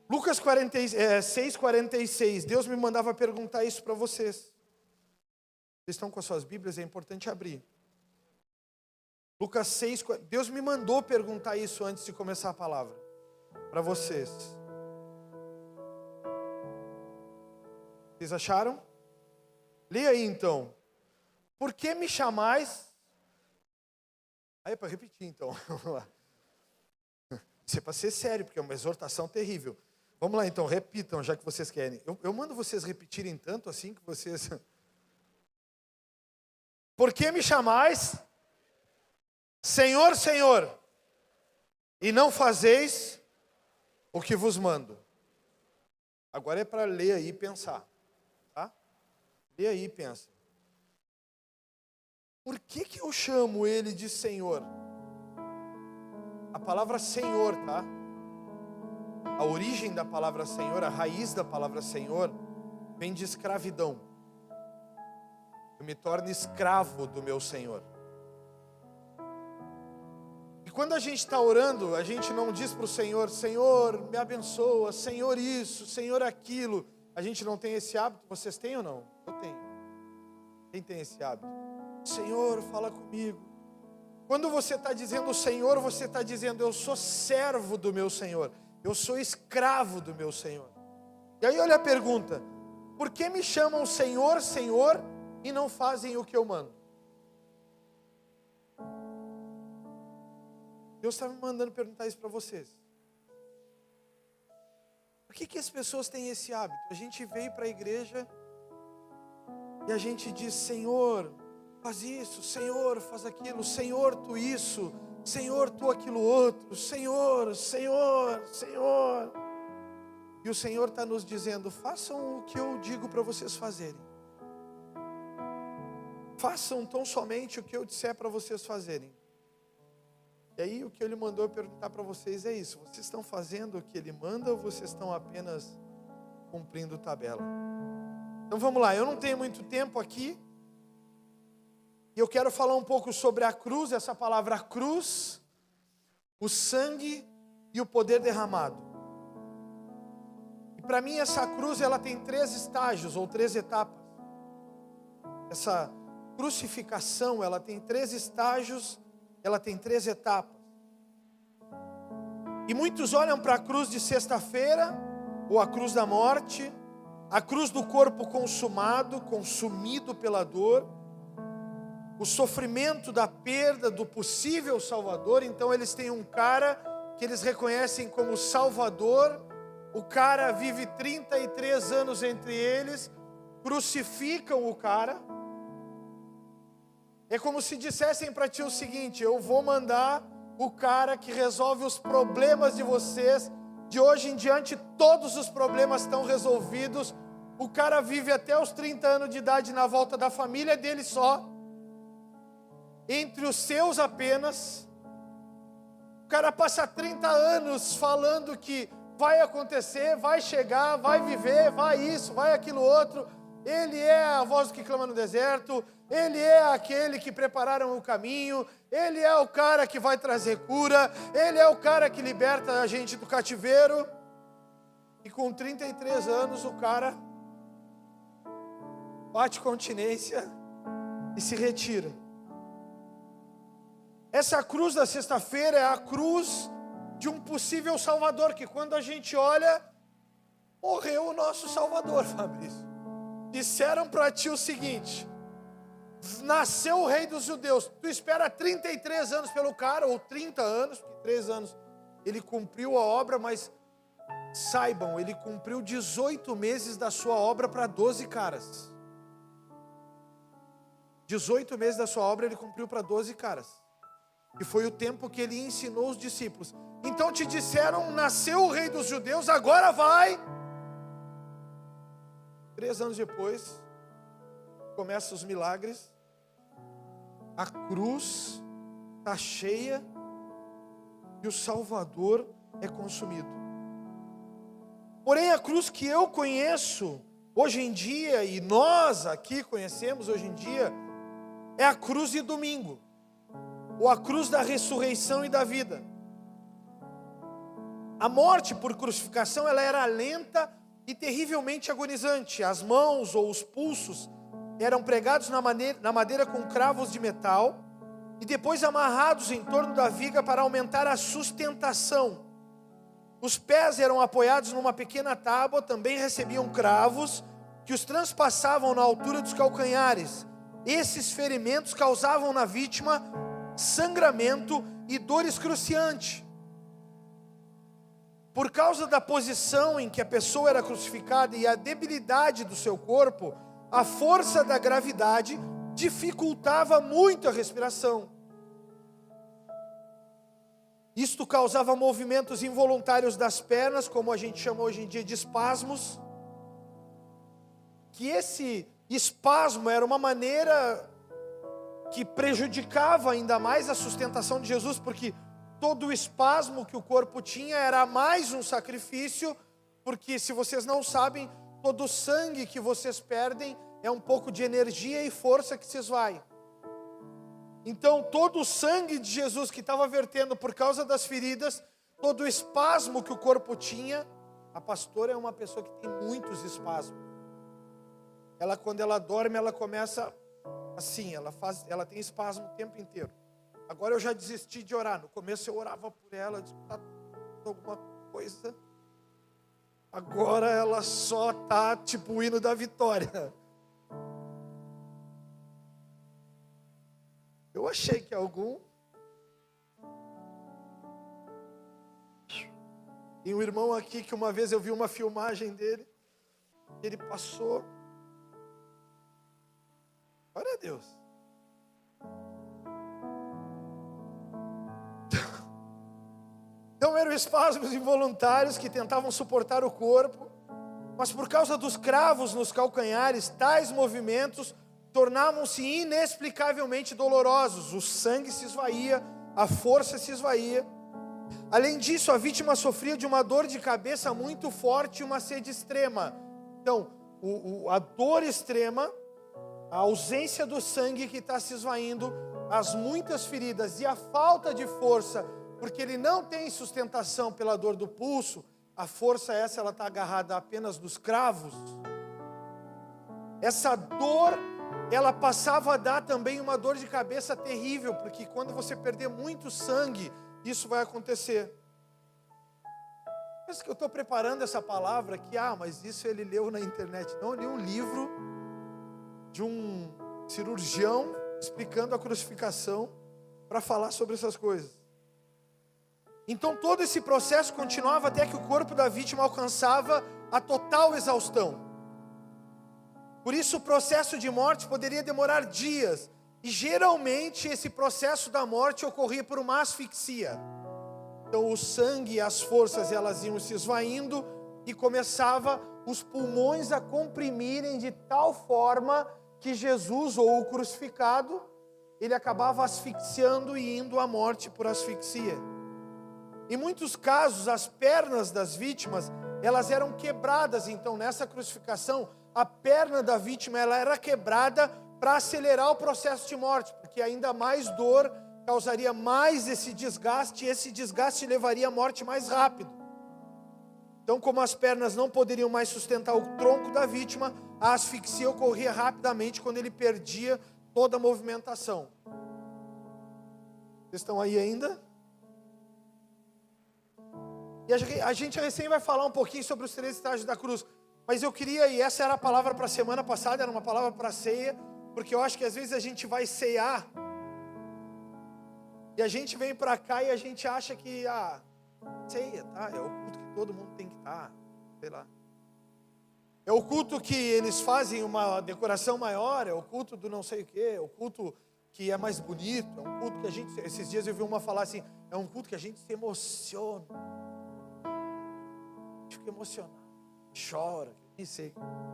Lucas 6:46, Deus me mandava perguntar isso para vocês. Vocês estão com as suas Bíblias, é importante abrir. Lucas 6, Deus me mandou perguntar isso antes de começar a palavra, para vocês. Vocês acharam? Leia aí então. Por que me chamais? Aí é para repetir então, vamos lá. Isso é para ser sério, porque é uma exortação terrível. Vamos lá então, repitam, já que vocês querem. Eu mando vocês repetirem tanto assim que vocês... Por que me chamais, Senhor, Senhor, e não fazeis o que vos mando? Agora é para ler aí e pensar, tá? Lê aí e pensa. Por que eu chamo ele de Senhor? A palavra Senhor, tá? A origem da palavra Senhor, a raiz da palavra Senhor, vem de escravidão. Eu me torno escravo do meu Senhor. E quando a gente está orando, a gente não diz para o Senhor, Senhor, me abençoa, Senhor isso, Senhor aquilo. A gente não tem esse hábito, vocês têm ou não? Eu tenho. Quem tem esse hábito? Senhor, fala comigo. Quando você está dizendo Senhor, você está dizendo, eu sou servo do meu Senhor. Eu sou escravo do meu Senhor. E aí olha a pergunta. Por que me chamam Senhor, Senhor, e não fazem o que eu mando? Deus está me mandando perguntar isso para vocês. Por que as pessoas têm esse hábito? A gente veio para a igreja e a gente diz, Senhor, faz isso, Senhor, faz aquilo, Senhor, tu isso, Senhor, tu aquilo outro, Senhor, Senhor, Senhor. E o Senhor está nos dizendo, façam o que eu digo para vocês fazerem. Façam tão somente o que eu disser para vocês fazerem. E aí o que Ele mandou eu perguntar para vocês é isso. Vocês estão fazendo o que Ele manda ou vocês estão apenas cumprindo tabela? Então vamos lá, eu não tenho muito tempo aqui. E eu quero falar um pouco sobre a cruz, essa palavra cruz, o sangue e o poder derramado. E para mim essa cruz ela tem 3 estágios ou 3 etapas. Essa crucificação ela tem 3 estágios, ela tem 3 etapas. E muitos olham para a cruz de sexta-feira, ou a cruz da morte, a cruz do corpo consumado, consumido pela dor, o sofrimento da perda do possível Salvador. Então eles têm um cara que eles reconhecem como Salvador. O cara vive 33 anos entre eles, crucificam o cara. É como se dissessem para ti o seguinte, eu vou mandar o cara que resolve os problemas de vocês. De hoje em diante todos os problemas estão resolvidos. O cara vive até os 30 anos de idade na volta da família dele só. Entre os seus apenas. O cara passa 30 anos falando que vai acontecer, vai chegar, vai viver, vai isso, vai aquilo outro. Ele é a voz que clama no deserto, ele é aquele que prepararam o caminho, ele é o cara que vai trazer cura, ele é o cara que liberta a gente do cativeiro. E com 33 anos o cara bate continência e se retira. Essa cruz da sexta-feira é a cruz de um possível Salvador, que quando a gente olha, morreu o nosso Salvador, Fabrício. Disseram para ti o seguinte, nasceu o rei dos judeus, tu espera 33 anos pelo cara, ou 30 anos, porque 3 anos ele cumpriu a obra, mas saibam, ele cumpriu 18 meses da sua obra para 12 caras. 18 meses da sua obra ele cumpriu para 12 caras. E foi o tempo que ele ensinou os discípulos. Então te disseram, nasceu o rei dos judeus, agora vai. 3 anos depois, começam os milagres. A cruz está cheia e o Salvador é consumido. Porém, a cruz que eu conheço hoje em dia, e nós aqui conhecemos hoje em dia, é a cruz de domingo, ou a cruz da ressurreição e da vida. A morte por crucificação, ela era lenta e terrivelmente agonizante. As mãos ou os pulsos eram pregados na madeira com cravos de metal e depois amarrados em torno da viga para aumentar a sustentação. Os pés eram apoiados numa pequena tábua, também recebiam cravos que os transpassavam na altura dos calcanhares. Esses ferimentos causavam na vítima sangramento e dor excruciante. Por causa da posição em que a pessoa era crucificada e a debilidade do seu corpo, a força da gravidade dificultava muito a respiração. Isto causava movimentos involuntários das pernas, como a gente chama hoje em dia de espasmos. Que esse espasmo era uma maneira que prejudicava ainda mais a sustentação de Jesus, porque todo o espasmo que o corpo tinha era mais um sacrifício, porque se vocês não sabem, todo o sangue que vocês perdem é um pouco de energia e força que se esvai. Então todo o sangue de Jesus que estava vertendo por causa das feridas, todo o espasmo que o corpo tinha, a pastora é uma pessoa que tem muitos espasmos. Ela, quando ela dorme, ela começa assim, ela tem espasmo o tempo inteiro. Agora eu já desisti de orar. No começo eu orava por ela, disse, tá alguma coisa. Agora ela só tá tipo o hino da vitória. Eu achei que algum. Tem um irmão aqui que uma vez eu vi uma filmagem dele. Ele passou. Glória a Deus. Então eram espasmos involuntários que tentavam suportar o corpo, mas por causa dos cravos nos calcanhares, tais movimentos tornavam-se inexplicavelmente dolorosos. O sangue se esvaía, a força se esvaía. Além disso, a vítima sofria de uma dor de cabeça muito forte e uma sede extrema. Então, a dor extrema, a ausência do sangue que está se esvaindo, as muitas feridas e a falta de força, porque ele não tem sustentação pela dor do pulso, a força essa, ela está agarrada apenas nos cravos. Essa dor, ela passava a dar também uma dor de cabeça terrível, porque quando você perder muito sangue, isso vai acontecer. Pensa que eu estou preparando essa palavra aqui, mas isso ele leu na internet. Não, eu li um livro de um cirurgião explicando a crucificação para falar sobre essas coisas. Então todo esse processo continuava até que o corpo da vítima alcançava a total exaustão. Por isso o processo de morte poderia demorar dias. E geralmente esse processo da morte ocorria por uma asfixia. Então o sangue e as forças elas iam se esvaindo e começava os pulmões a comprimirem de tal forma que Jesus ou o crucificado, ele acabava asfixiando e indo à morte por asfixia. Em muitos casos as pernas das vítimas, elas eram quebradas. Então nessa crucificação, a perna da vítima ela era quebrada para acelerar o processo de morte, porque ainda mais dor causaria mais esse desgaste, e esse desgaste levaria à morte mais rápido. Então, como as pernas não poderiam mais sustentar o tronco da vítima, a asfixia ocorria rapidamente quando ele perdia toda a movimentação. Vocês estão aí ainda? E a gente recém vai falar um pouquinho sobre os 3 estágios da cruz. Mas eu queria, e essa era a palavra para a semana passada, era uma palavra para a ceia, porque eu acho que às vezes a gente vai ceiar, e a gente vem para cá e a gente acha que, ceia, tá? É o culto que todo mundo tem que estar, sei lá. É o culto que eles fazem uma decoração maior, é o culto do não sei o quê, é o culto que é mais bonito, é um culto que a gente, esses dias eu vi uma falar assim, é um culto que a gente se emociona. Fica emocionado, chora, nem sei.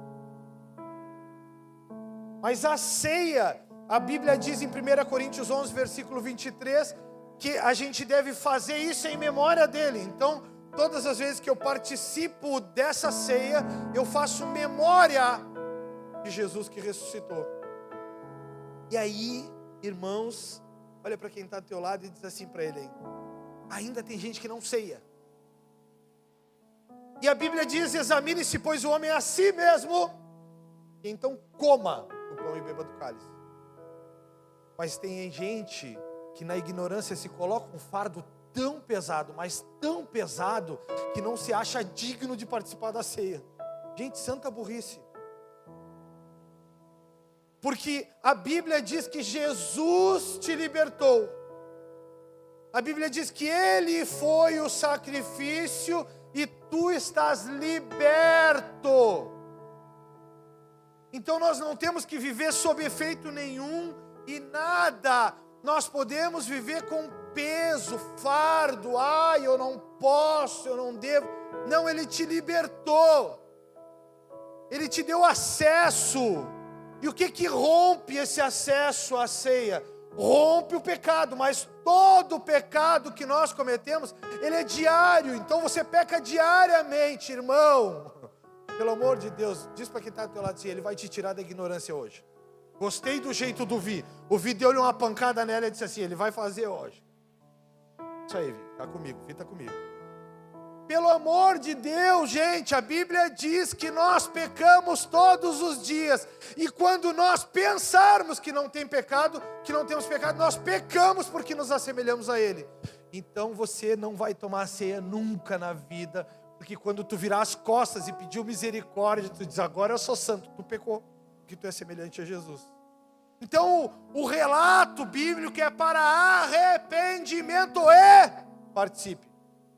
Mas a ceia, a Bíblia diz em 1 Coríntios 11, versículo 23, que a gente deve fazer isso em memória dele. Então, todas as vezes que eu participo dessa ceia, eu faço memória de Jesus que ressuscitou. E aí, irmãos, olha para quem está do teu lado e diz assim para ele aí, ainda tem gente que não ceia. E a Bíblia diz: examine-se, pois, o homem a si mesmo, e então coma o pão e beba do cálice. Mas tem gente que na ignorância se coloca um fardo tão pesado, mas tão pesado, que não se acha digno de participar da ceia. Gente, santa burrice. Porque a Bíblia diz que Jesus te libertou. A Bíblia diz que Ele foi o sacrifício e tu estás liberto. Então nós não temos que viver sob efeito nenhum e nada. Nós podemos viver com peso, fardo. Eu não posso, eu não devo. Não, Ele te libertou. Ele te deu acesso. E o que rompe esse acesso à ceia? Rompe o pecado, mas todo pecado que nós cometemos, ele é diário. Então você peca diariamente, irmão. Pelo amor de Deus, diz para quem está do teu lado assim: Ele vai te tirar da ignorância hoje. Gostei do jeito do Vi. O Vi deu-lhe uma pancada nela e disse assim: Ele vai fazer hoje. Isso aí, Vi, está comigo, Vi está comigo. Pelo amor de Deus, gente, a Bíblia diz que nós pecamos todos os dias. E quando nós pensarmos que não tem pecado, que não temos pecado, nós pecamos porque nos assemelhamos a Ele. Então você não vai tomar ceia nunca na vida, porque quando tu virar as costas e pedir misericórdia, tu diz: agora eu sou santo. Tu pecou, porque tu é semelhante a Jesus. Então o relato bíblico é para arrependimento e participe.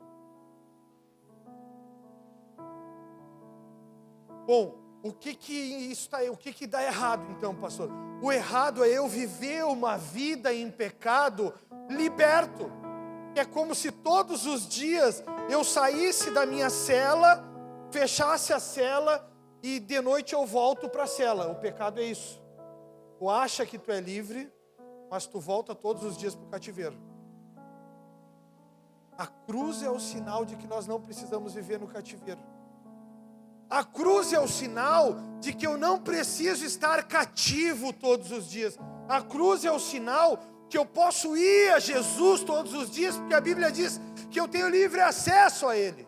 Bom, o que dá errado então, pastor? O errado é eu viver uma vida em pecado liberto. É como se todos os dias eu saísse da minha cela, fechasse a cela e de noite eu volto para a cela. O pecado é isso. Tu acha que tu é livre, mas tu volta todos os dias para o cativeiro. A cruz é o sinal de que nós não precisamos viver no cativeiro. A cruz é o sinal de que eu não preciso estar cativo todos os dias. A cruz é o sinal que eu posso ir a Jesus todos os dias, porque a Bíblia diz que eu tenho livre acesso a Ele.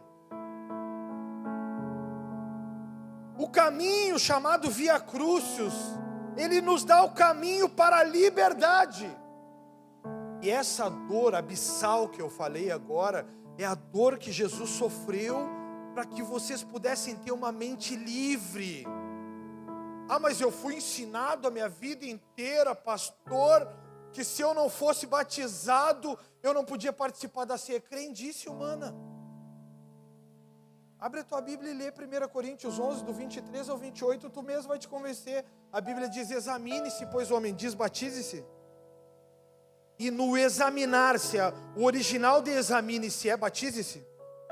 O caminho chamado Via Crucis, ele nos dá o caminho para a liberdade. E essa dor abissal que eu falei agora, é a dor que Jesus sofreu para que vocês pudessem ter uma mente livre. Mas eu fui ensinado a minha vida inteira, pastor, que se eu não fosse batizado, eu não podia participar da ceia. Crendice humana. Abre a tua Bíblia e lê 1 Coríntios 11, do 23 ao 28, tu mesmo vai te convencer. A Bíblia diz: examine-se, pois o homem, diz batize-se. E no examinar-se, o original de examine-se é batize-se.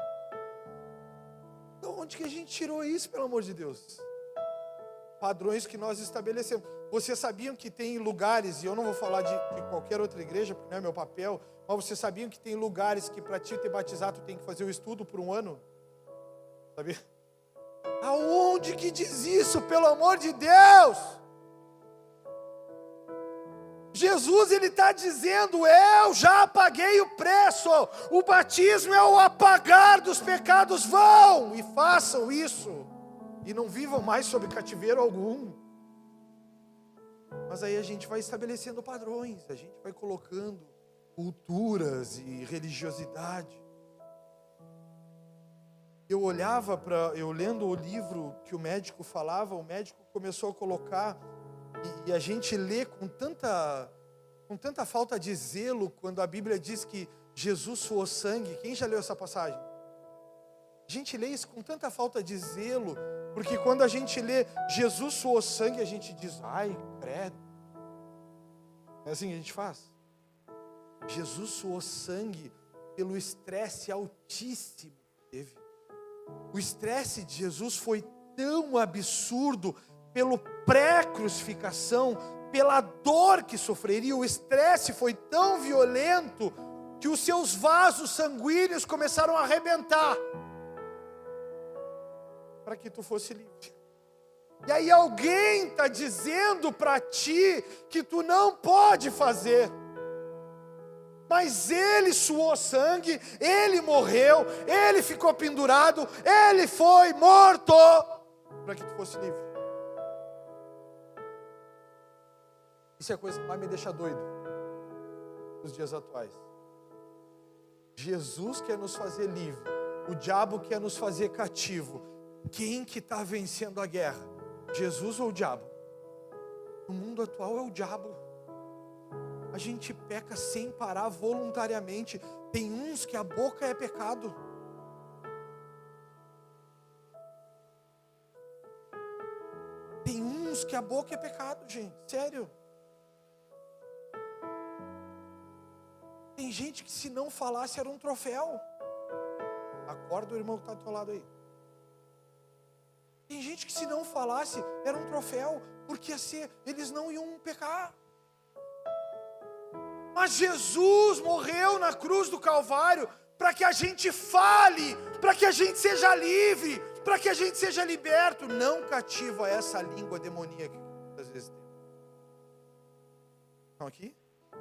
Onde que a gente tirou isso, pelo amor de Deus? Padrões que nós estabelecemos. Vocês sabiam que tem lugares, e eu não vou falar de qualquer outra igreja, porque não é meu papel, mas vocês sabiam que tem lugares que para ti ter batizado, tu tem que fazer um estudo por um ano? Sabia? Aonde que diz isso, pelo amor de Deus? Jesus, ele está dizendo: eu já paguei o preço. O batismo é o apagar dos pecados. Vão e façam isso, e não vivam mais sob cativeiro algum. Mas aí a gente vai estabelecendo padrões, a gente vai colocando culturas e religiosidade. Eu lendo o livro que o médico falava, o médico começou a colocar, e a gente lê com tanta falta de zelo, quando a Bíblia diz que Jesus suou sangue. Quem já leu essa passagem? A gente lê isso com tanta falta de zelo, porque quando a gente lê Jesus suou sangue, a gente diz: ai, credo. É assim que a gente faz. Jesus suou sangue pelo estresse altíssimo que teve. O estresse de Jesus foi tão absurdo pelo pré-crucificação, pela dor que sofreria. O estresse foi tão violento que os seus vasos sanguíneos começaram a arrebentar, para que tu fosse livre. E aí alguém está dizendo para ti que tu não pode fazer. mas Ele suou sangue, Ele morreu, Ele ficou pendurado, Ele foi morto, para que tu fosse livre. Isso é a coisa que mais me deixa doido nos dias atuais. Jesus quer nos fazer livre, o diabo quer nos fazer cativo. Quem que está vencendo a guerra? Jesus ou o diabo? No mundo atual é o diabo. A gente peca sem parar voluntariamente. Tem uns que a boca é pecado. Tem uns que a boca é pecado, gente. Sério. Tem gente que se não falasse era um troféu. Acorda o irmão que está do teu lado aí. Tem gente que se não falasse era um troféu, porque eles não iam pecar. Mas Jesus morreu na cruz do Calvário para que a gente fale, para que a gente seja livre, para que a gente seja liberto, não cativo a essa língua demoníaca que muitas vezes tem. Estão aqui?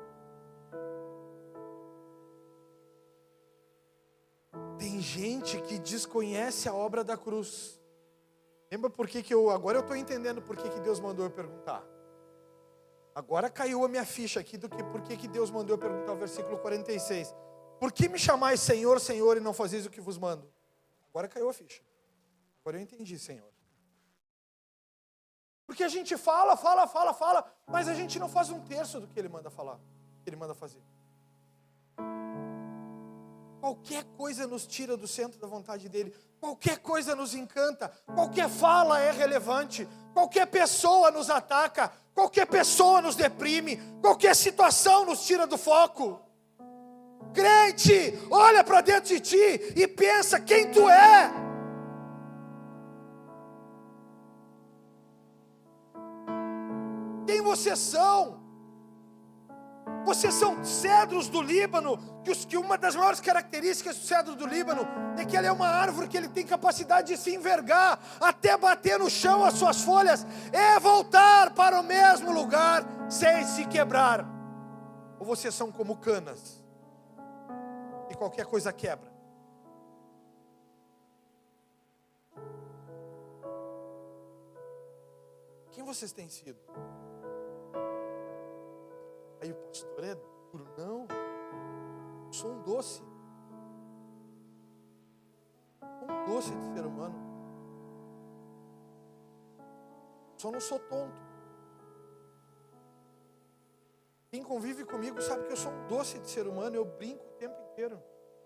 Tem gente que desconhece a obra da cruz. Lembra por que agora eu estou entendendo por que Deus mandou eu perguntar. Agora caiu a minha ficha aqui do que por que Deus mandou eu perguntar o versículo 46. Por que me chamais Senhor, Senhor e não fazeis o que vos mando? Agora caiu a ficha. Agora eu entendi, Senhor. Porque a gente fala, mas a gente não faz um terço do que Ele manda falar, que Ele manda fazer. Qualquer coisa nos tira do centro da vontade dEle. Qualquer coisa nos encanta. Qualquer fala é relevante. Qualquer pessoa nos ataca. Qualquer pessoa nos deprime. Qualquer situação nos tira do foco. Crente, olha para dentro de ti e pensa quem tu é. Quem vocês são? Vocês são cedros do Líbano, que uma das maiores características do cedro do Líbano é que ele é uma árvore que ele tem capacidade de se envergar, até bater no chão as suas folhas, e voltar para o mesmo lugar, sem se quebrar. Ou vocês são como canas, e qualquer coisa quebra. Quem vocês têm sido? Aí o pastor é duro. Não, eu sou um doce. Um doce de ser humano. Só não sou tonto. Quem convive comigo sabe que eu sou um doce de ser humano. Eu brinco o tempo inteiro.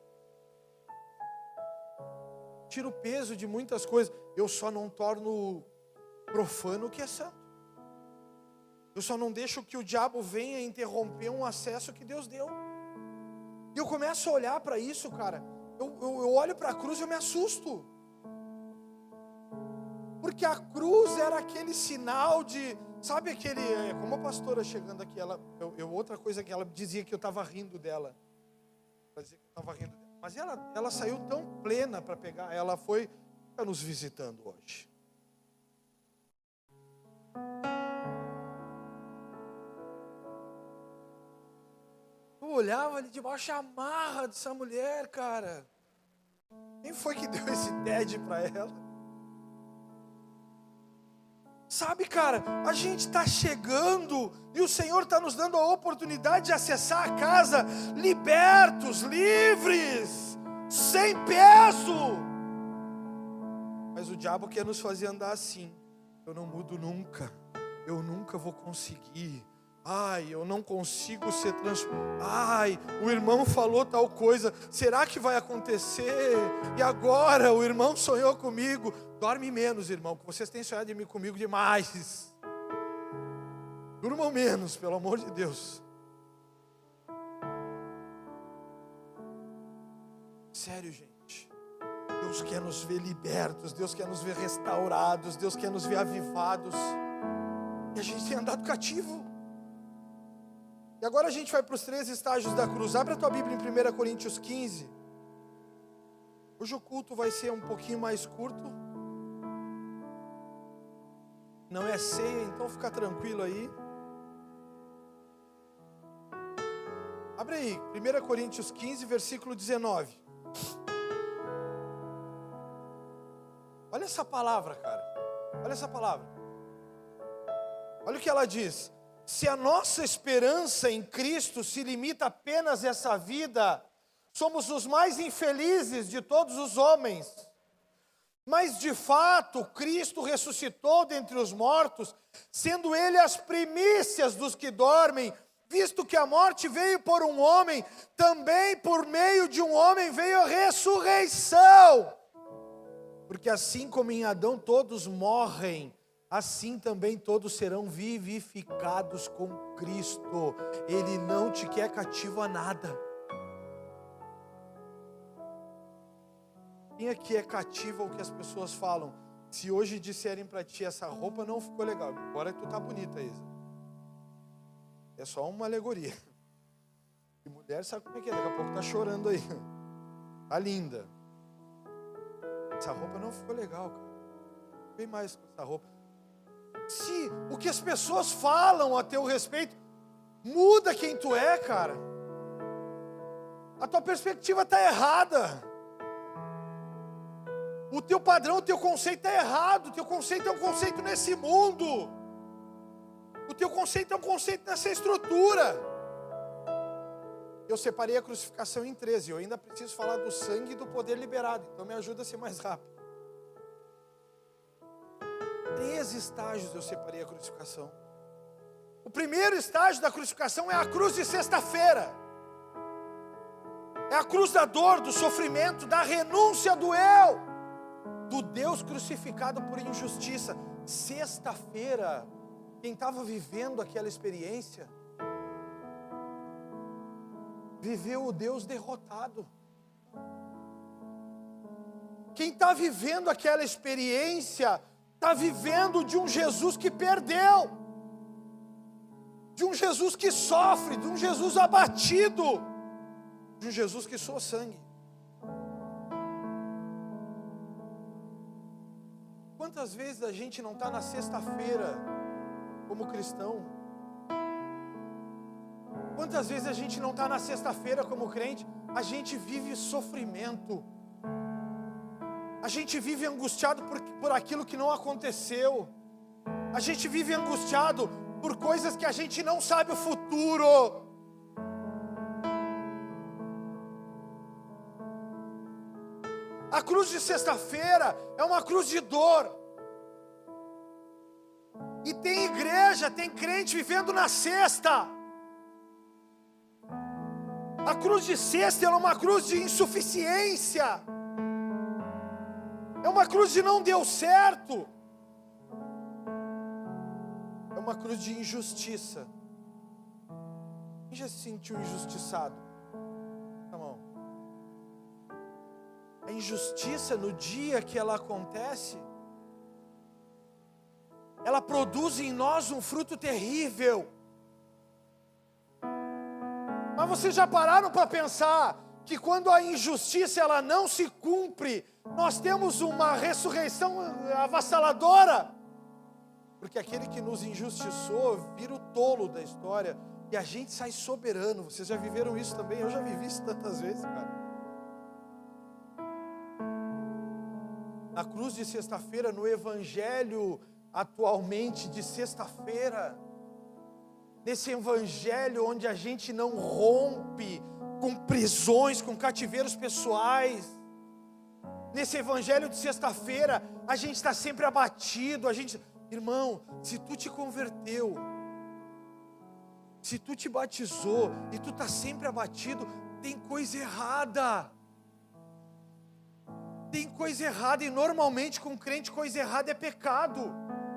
Tiro o peso de muitas coisas. Eu só não torno profano o que é santo. Eu só não deixo que o diabo venha interromper um acesso que Deus deu. E eu começo a olhar para isso, cara. Eu olho para a cruz e eu me assusto. Porque a cruz era aquele sinal de... Sabe aquele... Como a pastora chegando aqui, outra coisa que ela dizia que eu estava rindo dela. Ela dizia que eu estava rindo dela. Mas ela saiu tão plena para pegar. Ela foi... Está nos visitando hoje. Eu olhava ali debaixo a marra dessa mulher, cara. Quem foi que deu esse TED para ela? Sabe, cara, a gente está chegando e o Senhor está nos dando a oportunidade de acessar a casa libertos, livres, sem peso. Mas o diabo quer nos fazer andar assim. Eu não mudo nunca. Eu nunca vou conseguir. Ai, eu não consigo ser transformado. Ai, o irmão falou tal coisa. Será que vai acontecer? E agora o irmão sonhou comigo. Dorme menos, irmão, que vocês têm sonhado comigo demais. Durmam menos, pelo amor de Deus. Sério, gente. Deus quer nos ver libertos. Deus quer nos ver restaurados. Deus quer nos ver avivados. E a gente tem andado cativo. E agora a gente vai para os 3 estágios da cruz. Abre a tua Bíblia em 1 Coríntios 15. Hoje o culto vai ser um pouquinho mais curto. Não é ceia, então fica tranquilo aí. Abre aí, 1 Coríntios 15, versículo 19. Olha essa palavra, cara. Olha essa palavra. Olha o que ela diz. Se a nossa esperança em Cristo se limita apenas a essa vida, somos os mais infelizes de todos os homens. Mas de fato, Cristo ressuscitou dentre os mortos, sendo Ele as primícias dos que dormem, visto que a morte veio por um homem, também por meio de um homem veio a ressurreição. Porque assim como em Adão todos morrem, assim também todos serão vivificados com Cristo. Ele não te quer cativo a nada. Quem aqui é cativo ao que as pessoas falam? Se hoje disserem para ti, essa roupa não ficou legal, agora tu tá bonita, Isa. É só uma alegoria. E mulher sabe como é que é, daqui a pouco tá chorando aí. Tá linda. Essa roupa não ficou legal, cara. Vem mais com essa roupa. Se o que as pessoas falam a teu respeito muda quem tu é, cara, a tua perspectiva está errada. O teu padrão, o teu conceito é errado. O teu conceito é um conceito nesse mundo. O teu conceito é um conceito nessa estrutura. Eu separei a crucificação em 13. Eu ainda preciso falar do sangue e do poder liberado. Então me ajuda a ser mais rápido. 13 estágios eu separei a crucificação. O primeiro estágio da crucificação é a cruz de sexta-feira. É a cruz da dor, do sofrimento, da renúncia do eu, do Deus crucificado por injustiça. Sexta-feira, quem estava vivendo aquela experiência, viveu o Deus derrotado. Quem está vivendo aquela experiência, está vivendo de um Jesus que perdeu, de um Jesus que sofre, de um Jesus abatido, de um Jesus que soa sangue. Quantas vezes a gente não está na sexta-feira como cristão? Quantas vezes a gente não está na sexta-feira como crente? A gente vive sofrimento. A gente vive angustiado por aquilo que não aconteceu. A gente vive angustiado por coisas que a gente não sabe o futuro. A cruz de sexta-feira é uma cruz de dor. E tem igreja, tem crente vivendo na sexta. A cruz de sexta é uma cruz de insuficiência. É uma cruz de não deu certo. É uma cruz de injustiça. Quem já se sentiu injustiçado? Tá bom. A injustiça, no dia que ela acontece, ela produz em nós um fruto terrível. Mas vocês já pararam para pensar que quando a injustiça ela não se cumpre, nós temos uma ressurreição avassaladora? Porque aquele que nos injustiçou vira o tolo da história e a gente sai soberano. Vocês já viveram isso também? Eu já vivi isso tantas vezes, cara. Na cruz de sexta-feira, no evangelho atualmente de sexta-feira, nesse evangelho onde a gente não rompe com prisões, com cativeiros pessoais, nesse evangelho de sexta-feira, a gente está sempre abatido, irmão, se tu te converteu, se tu te batizou, e tu está sempre abatido, tem coisa errada, e normalmente com crente coisa errada é pecado,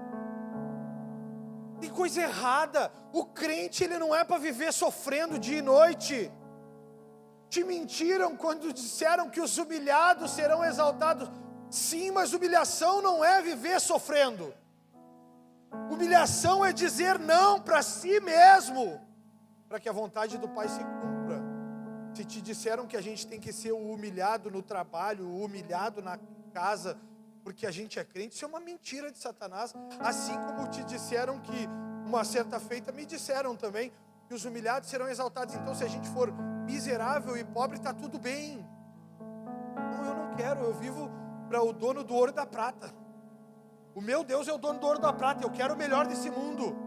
tem coisa errada, o crente ele não é para viver sofrendo dia e noite. Te mentiram quando disseram que os humilhados serão exaltados. Sim, mas humilhação não é viver sofrendo. Humilhação é dizer não para si mesmo, para que a vontade do Pai se cumpra. Se te disseram que a gente tem que ser o humilhado no trabalho, o humilhado na casa, porque a gente é crente, isso é uma mentira de Satanás. Assim como te disseram que, uma certa feita, me disseram também, que os humilhados serão exaltados. Então, se a gente for miserável e pobre está tudo bem. Não, eu não quero, eu vivo para o dono do ouro e da prata. O meu Deus é o dono do ouro e da prata, eu quero o melhor desse mundo.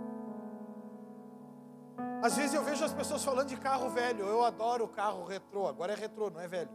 Às vezes eu vejo as pessoas falando de carro velho, eu adoro o carro retrô, agora é retrô, não é velho.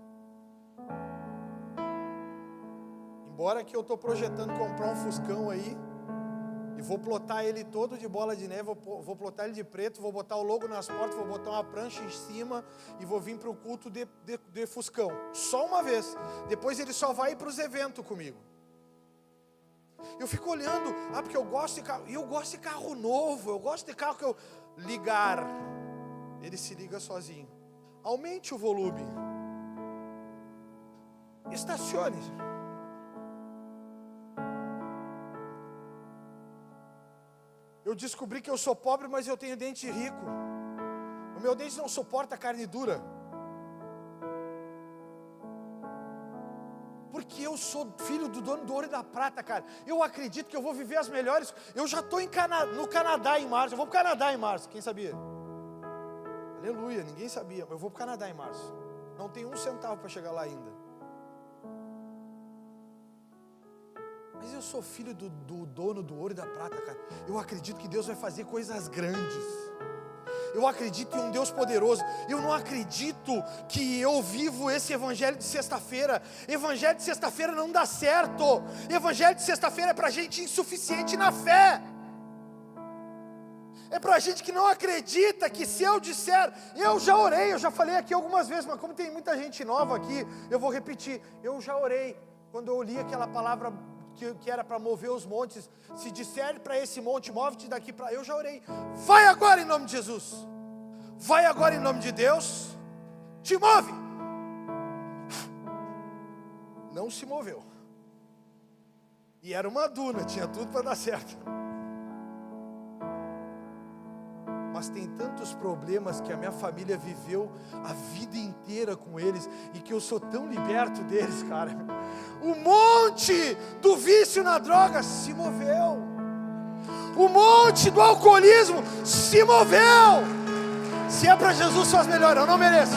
Embora que eu estou projetando comprar um Fuscão aí, e vou plotar ele todo de bola de neve, vou plotar ele de preto, vou botar o logo nas portas, vou botar uma prancha em cima e vou vir para o culto de Fuscão. Só uma vez. Depois ele só vai para os eventos comigo. Eu fico olhando, porque eu gosto de carro, e eu gosto de carro novo, eu gosto de carro que eu ligar, ele se liga sozinho. Aumente o volume. Estacione. Eu descobri que eu sou pobre, mas eu tenho dente rico. O meu dente não suporta carne dura. Porque eu sou filho do dono do ouro e da prata, cara. Eu acredito que eu vou viver as melhores. Eu já estou no Canadá em março. Eu vou para o Canadá em março. Quem sabia? Aleluia, ninguém sabia. Mas eu vou para o Canadá em março. Não tenho um centavo para chegar lá ainda. Mas eu sou filho do dono do ouro e da prata, cara. Eu acredito que Deus vai fazer coisas grandes. Eu acredito em um Deus poderoso. Eu não acredito que eu vivo esse evangelho de sexta-feira. Evangelho de sexta-feira não dá certo. Evangelho de sexta-feira é para gente insuficiente na fé. É para gente que não acredita que se eu disser, eu já orei, eu já falei aqui algumas vezes, mas como tem muita gente nova aqui, eu vou repetir. Eu já orei. Quando eu li aquela palavra que era para mover os montes, se disser para esse monte, move-te daqui para... Eu já orei, vai agora em nome de Jesus, vai agora em nome de Deus, te move. Não se moveu. E era uma duna, tinha tudo para dar certo. Mas tem tantos problemas que a minha família viveu a vida inteira com eles, e que eu sou tão liberto deles, cara. O monte do vício na droga se moveu. O monte do alcoolismo se moveu. Se é para Jesus, faz melhor, eu não mereço.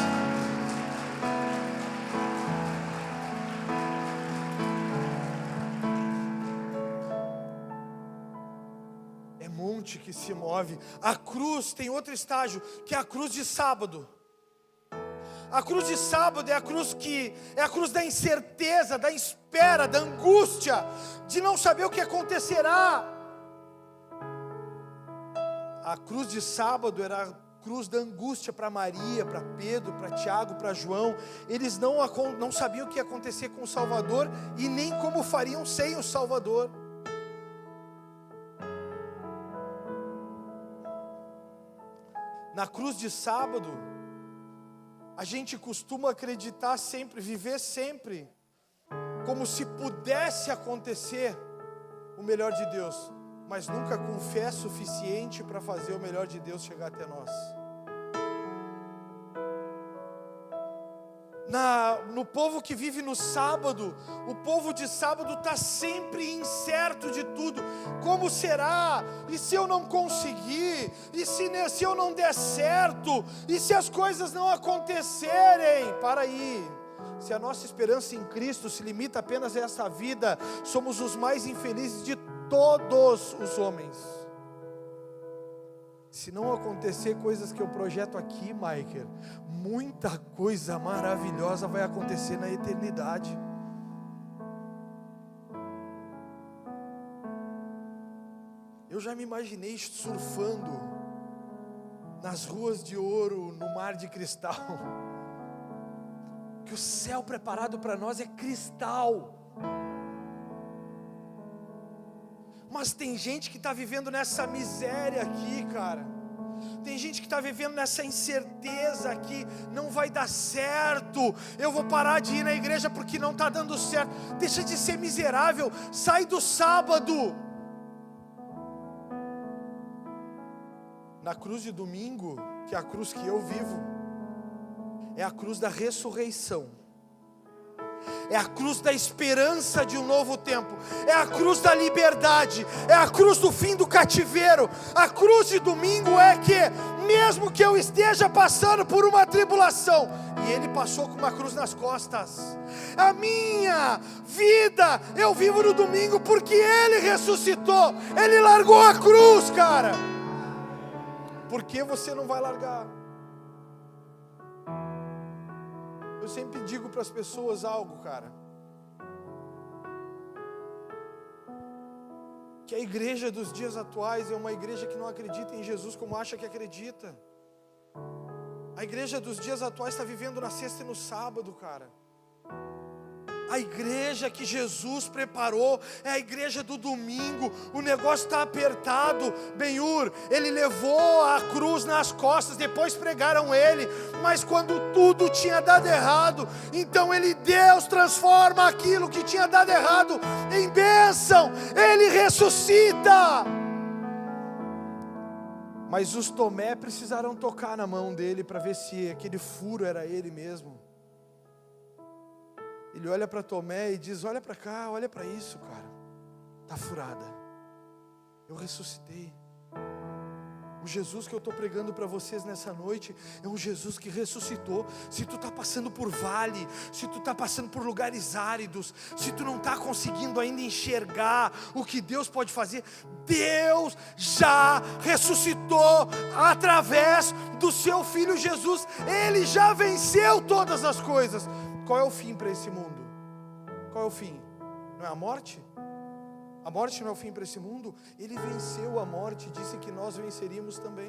É monte que se move. A cruz tem outro estágio, que é a cruz de sábado. A cruz de sábado é a cruz que é a cruz da incerteza, da espera, da angústia, de não saber o que acontecerá. A cruz de sábado era a cruz da angústia para Maria, para Pedro, para Tiago, para João. Eles não sabiam o que ia acontecer com o Salvador e nem como fariam sem o Salvador. Na cruz de sábado, a gente costuma acreditar sempre, viver sempre, como se pudesse acontecer o melhor de Deus, mas nunca com fé suficiente para fazer o melhor de Deus chegar até nós. No povo que vive no sábado, o povo de sábado está sempre incerto de tudo. Como será? E se eu não conseguir? E se eu não der certo? E se as coisas não acontecerem? Para aí. Se a nossa esperança em Cristo se limita apenas a essa vida, somos os mais infelizes de todos os homens. Se não acontecer coisas que eu projeto aqui, Michael, muita coisa maravilhosa vai acontecer na eternidade. Eu já me imaginei surfando nas ruas de ouro, no mar de cristal. Que o céu preparado para nós é cristal. Mas tem gente que está vivendo nessa miséria aqui, cara. Tem gente que está vivendo nessa incerteza aqui. Não vai dar certo. Eu vou parar de ir na igreja porque não está dando certo. Deixa de ser miserável. Sai do sábado. Na cruz de domingo, que é a cruz que eu vivo, é a cruz da ressurreição. É a cruz da esperança de um novo tempo. É a cruz da liberdade. É a cruz do fim do cativeiro. A cruz de domingo é que, mesmo que eu esteja passando por uma tribulação, e Ele passou com uma cruz nas costas, a minha vida eu vivo no domingo porque Ele ressuscitou. Ele largou a cruz, cara. Por que você não vai largar? Eu sempre digo para as pessoas algo, cara, que a igreja dos dias atuais é uma igreja que não acredita em Jesus como acha que acredita. A igreja dos dias atuais está vivendo na sexta e no sábado, cara. A igreja que Jesus preparou é a igreja do domingo. O negócio está apertado. Ben-Hur, ele levou a cruz nas costas, depois pregaram ele, mas quando tudo tinha dado errado, então Deus transforma aquilo que tinha dado errado em bênção. Ele ressuscita. Mas os Tomé precisaram tocar na mão dele para ver se aquele furo era ele mesmo. Ele olha para Tomé e diz: olha para cá, olha para isso, cara. Está furada. Eu ressuscitei. O Jesus que eu estou pregando para vocês nessa noite é um Jesus que ressuscitou. Se tu está passando por vale, se tu está passando por lugares áridos, se tu não está conseguindo ainda enxergar o que Deus pode fazer, Deus já ressuscitou através do seu Filho Jesus. Ele já venceu todas as coisas. Qual é o fim para esse mundo? Qual é o fim? Não é a morte? A morte não é o fim para esse mundo? Ele venceu a morte, disse que nós venceríamos também.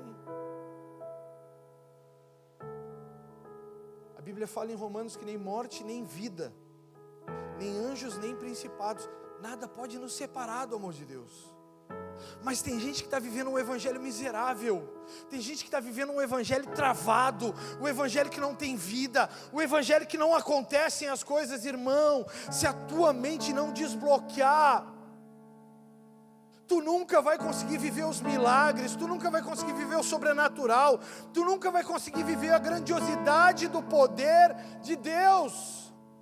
A Bíblia fala em Romanos que nem morte, nem vida, nem anjos, nem principados, nada pode nos separar do amor de Deus. Mas tem gente que está vivendo um evangelho miserável, tem gente que está vivendo um evangelho travado, um evangelho que não tem vida, um evangelho que não acontecem as coisas. Irmão, se a tua mente não desbloquear, tu nunca vai conseguir viver os milagres, tu nunca vai conseguir viver o sobrenatural, tu nunca vai conseguir viver a grandiosidade do poder de Deus.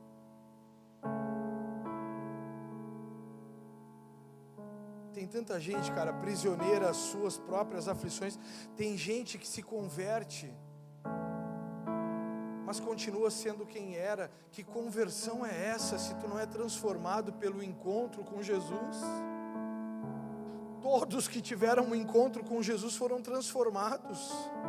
Tem tanta gente, cara, prisioneira às suas próprias aflições. Tem gente que se converte, mas continua sendo quem era. Que conversão é essa se tu não é transformado pelo encontro com Jesus? Todos que tiveram um encontro com Jesus foram transformados.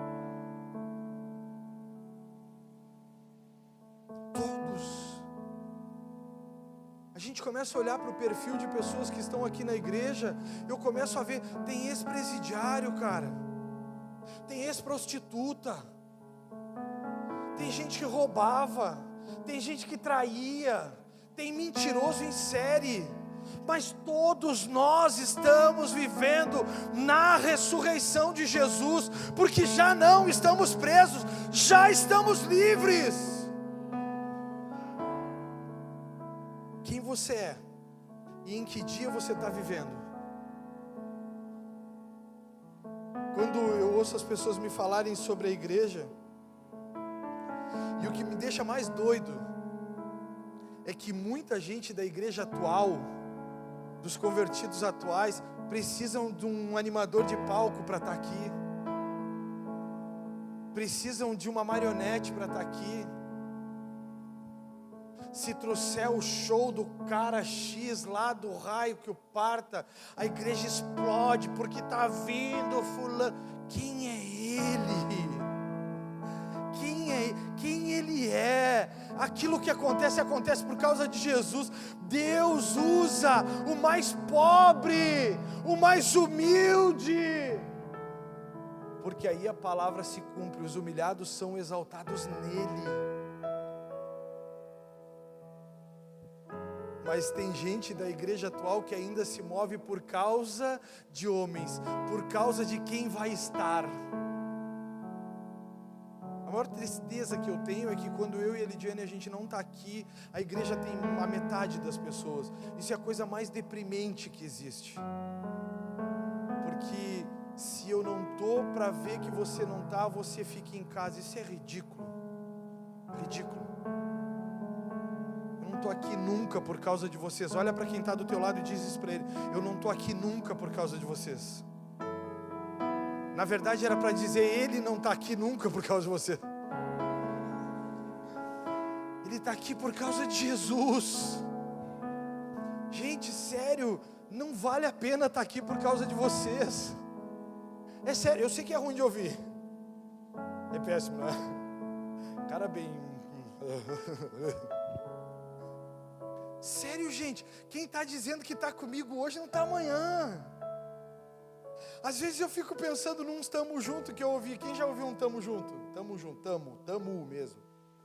A gente começa a olhar para o perfil de pessoas que estão aqui na igreja, eu começo a ver, tem ex-presidiário, cara, tem ex-prostituta, tem gente que roubava, tem gente que traía, tem mentiroso em série, mas todos nós estamos vivendo na ressurreição de Jesus, porque já não estamos presos, já estamos livres. Quem você é e em que dia você está vivendo? Quando eu ouço as pessoas me falarem sobre a igreja, e o que me deixa mais doido é que muita gente da igreja atual, dos convertidos atuais, precisam de um animador de palco para estar aqui, precisam de uma marionete para estar aqui. Se trouxer o show do cara X lá do raio que o parta, a igreja explode porque está vindo fulano. Quem é ele? Quem ele é? Aquilo que acontece por causa de Jesus. Deus usa o mais pobre, o mais humilde, porque aí a palavra se cumpre, os humilhados são exaltados nele. Mas tem gente da igreja atual que ainda se move por causa de homens, por causa de quem vai estar. A maior tristeza que eu tenho é que quando eu e a Lidiane a gente não está aqui, a igreja tem a metade das pessoas. Isso é a coisa mais deprimente que existe. Porque se eu não estou para ver que você não está, você fica em casa. Isso é ridículo. Ridículo. Eu não estou aqui nunca por causa de vocês. Olha para quem está do teu lado e diz isso para ele: eu não estou aqui nunca por causa de vocês. Na verdade era para dizer: ele não está aqui nunca por causa de você. Ele está aqui por causa de Jesus. Gente, sério, não vale a pena estar aqui por causa de vocês. É sério, eu sei que é ruim de ouvir. É péssimo, né? Cara bem... Sério, gente, quem está dizendo que está comigo hoje não está amanhã. Às vezes eu fico pensando num tamo junto que eu ouvi. Quem já ouviu um tamo junto? Tamo junto, tamo mesmo.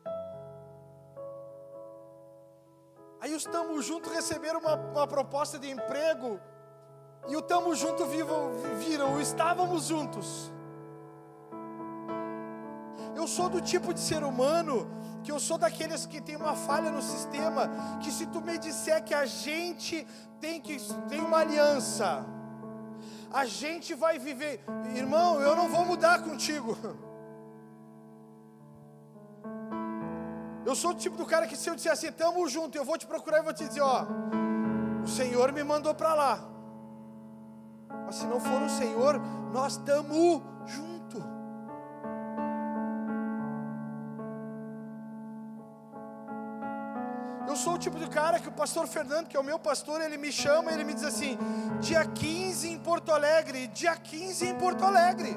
Aí os tamo junto receberam uma proposta de emprego. E o tamo junto viram o estávamos juntos. Eu sou do tipo de ser humano que eu sou daqueles que tem uma falha no sistema, que se tu me disser que a gente tem uma aliança, a gente vai viver, irmão, eu não vou mudar contigo. Eu sou o tipo do cara que se eu disser assim, tamo junto, eu vou te procurar e vou te dizer, ó, o Senhor me mandou para lá. Mas se não for o Senhor, nós tamo junto. Eu sou o tipo de cara que o pastor Fernando, que é o meu pastor, ele me chama e ele me diz assim, dia 15 em Porto Alegre, dia 15 em Porto Alegre.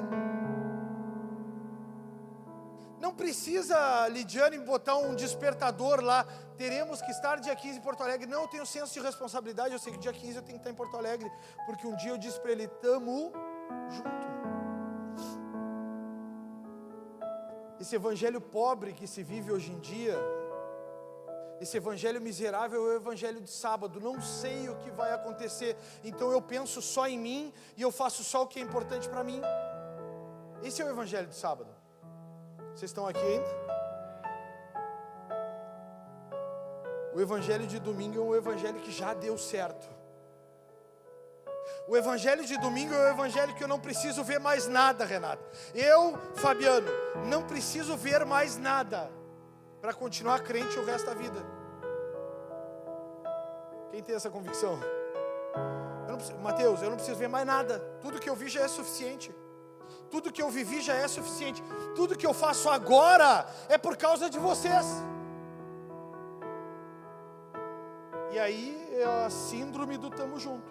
Não precisa, Lidiane, botar um despertador lá, teremos que estar dia 15 em Porto Alegre. Não, eu tenho senso de responsabilidade, eu sei que dia 15 eu tenho que estar em Porto Alegre, porque um dia eu disse para ele, tamo junto. Esse evangelho pobre que se vive hoje em dia, esse evangelho miserável é o evangelho de sábado. Não sei o que vai acontecer, então eu penso só em mim e eu faço só o que é importante para mim. Esse é o evangelho de sábado. Vocês estão aqui ainda? O evangelho de domingo é um evangelho que já deu certo. O evangelho de domingo é o evangelho que eu não preciso ver mais nada, Renata. Eu, Fabiano, não preciso ver mais nada para continuar crente o resto da vida. Quem tem essa convicção? Mateus, eu não preciso ver mais nada. Tudo que eu vi já é suficiente. Tudo que eu vivi já é suficiente. Tudo que eu faço agora é por causa de vocês. E aí é a síndrome do tamo junto.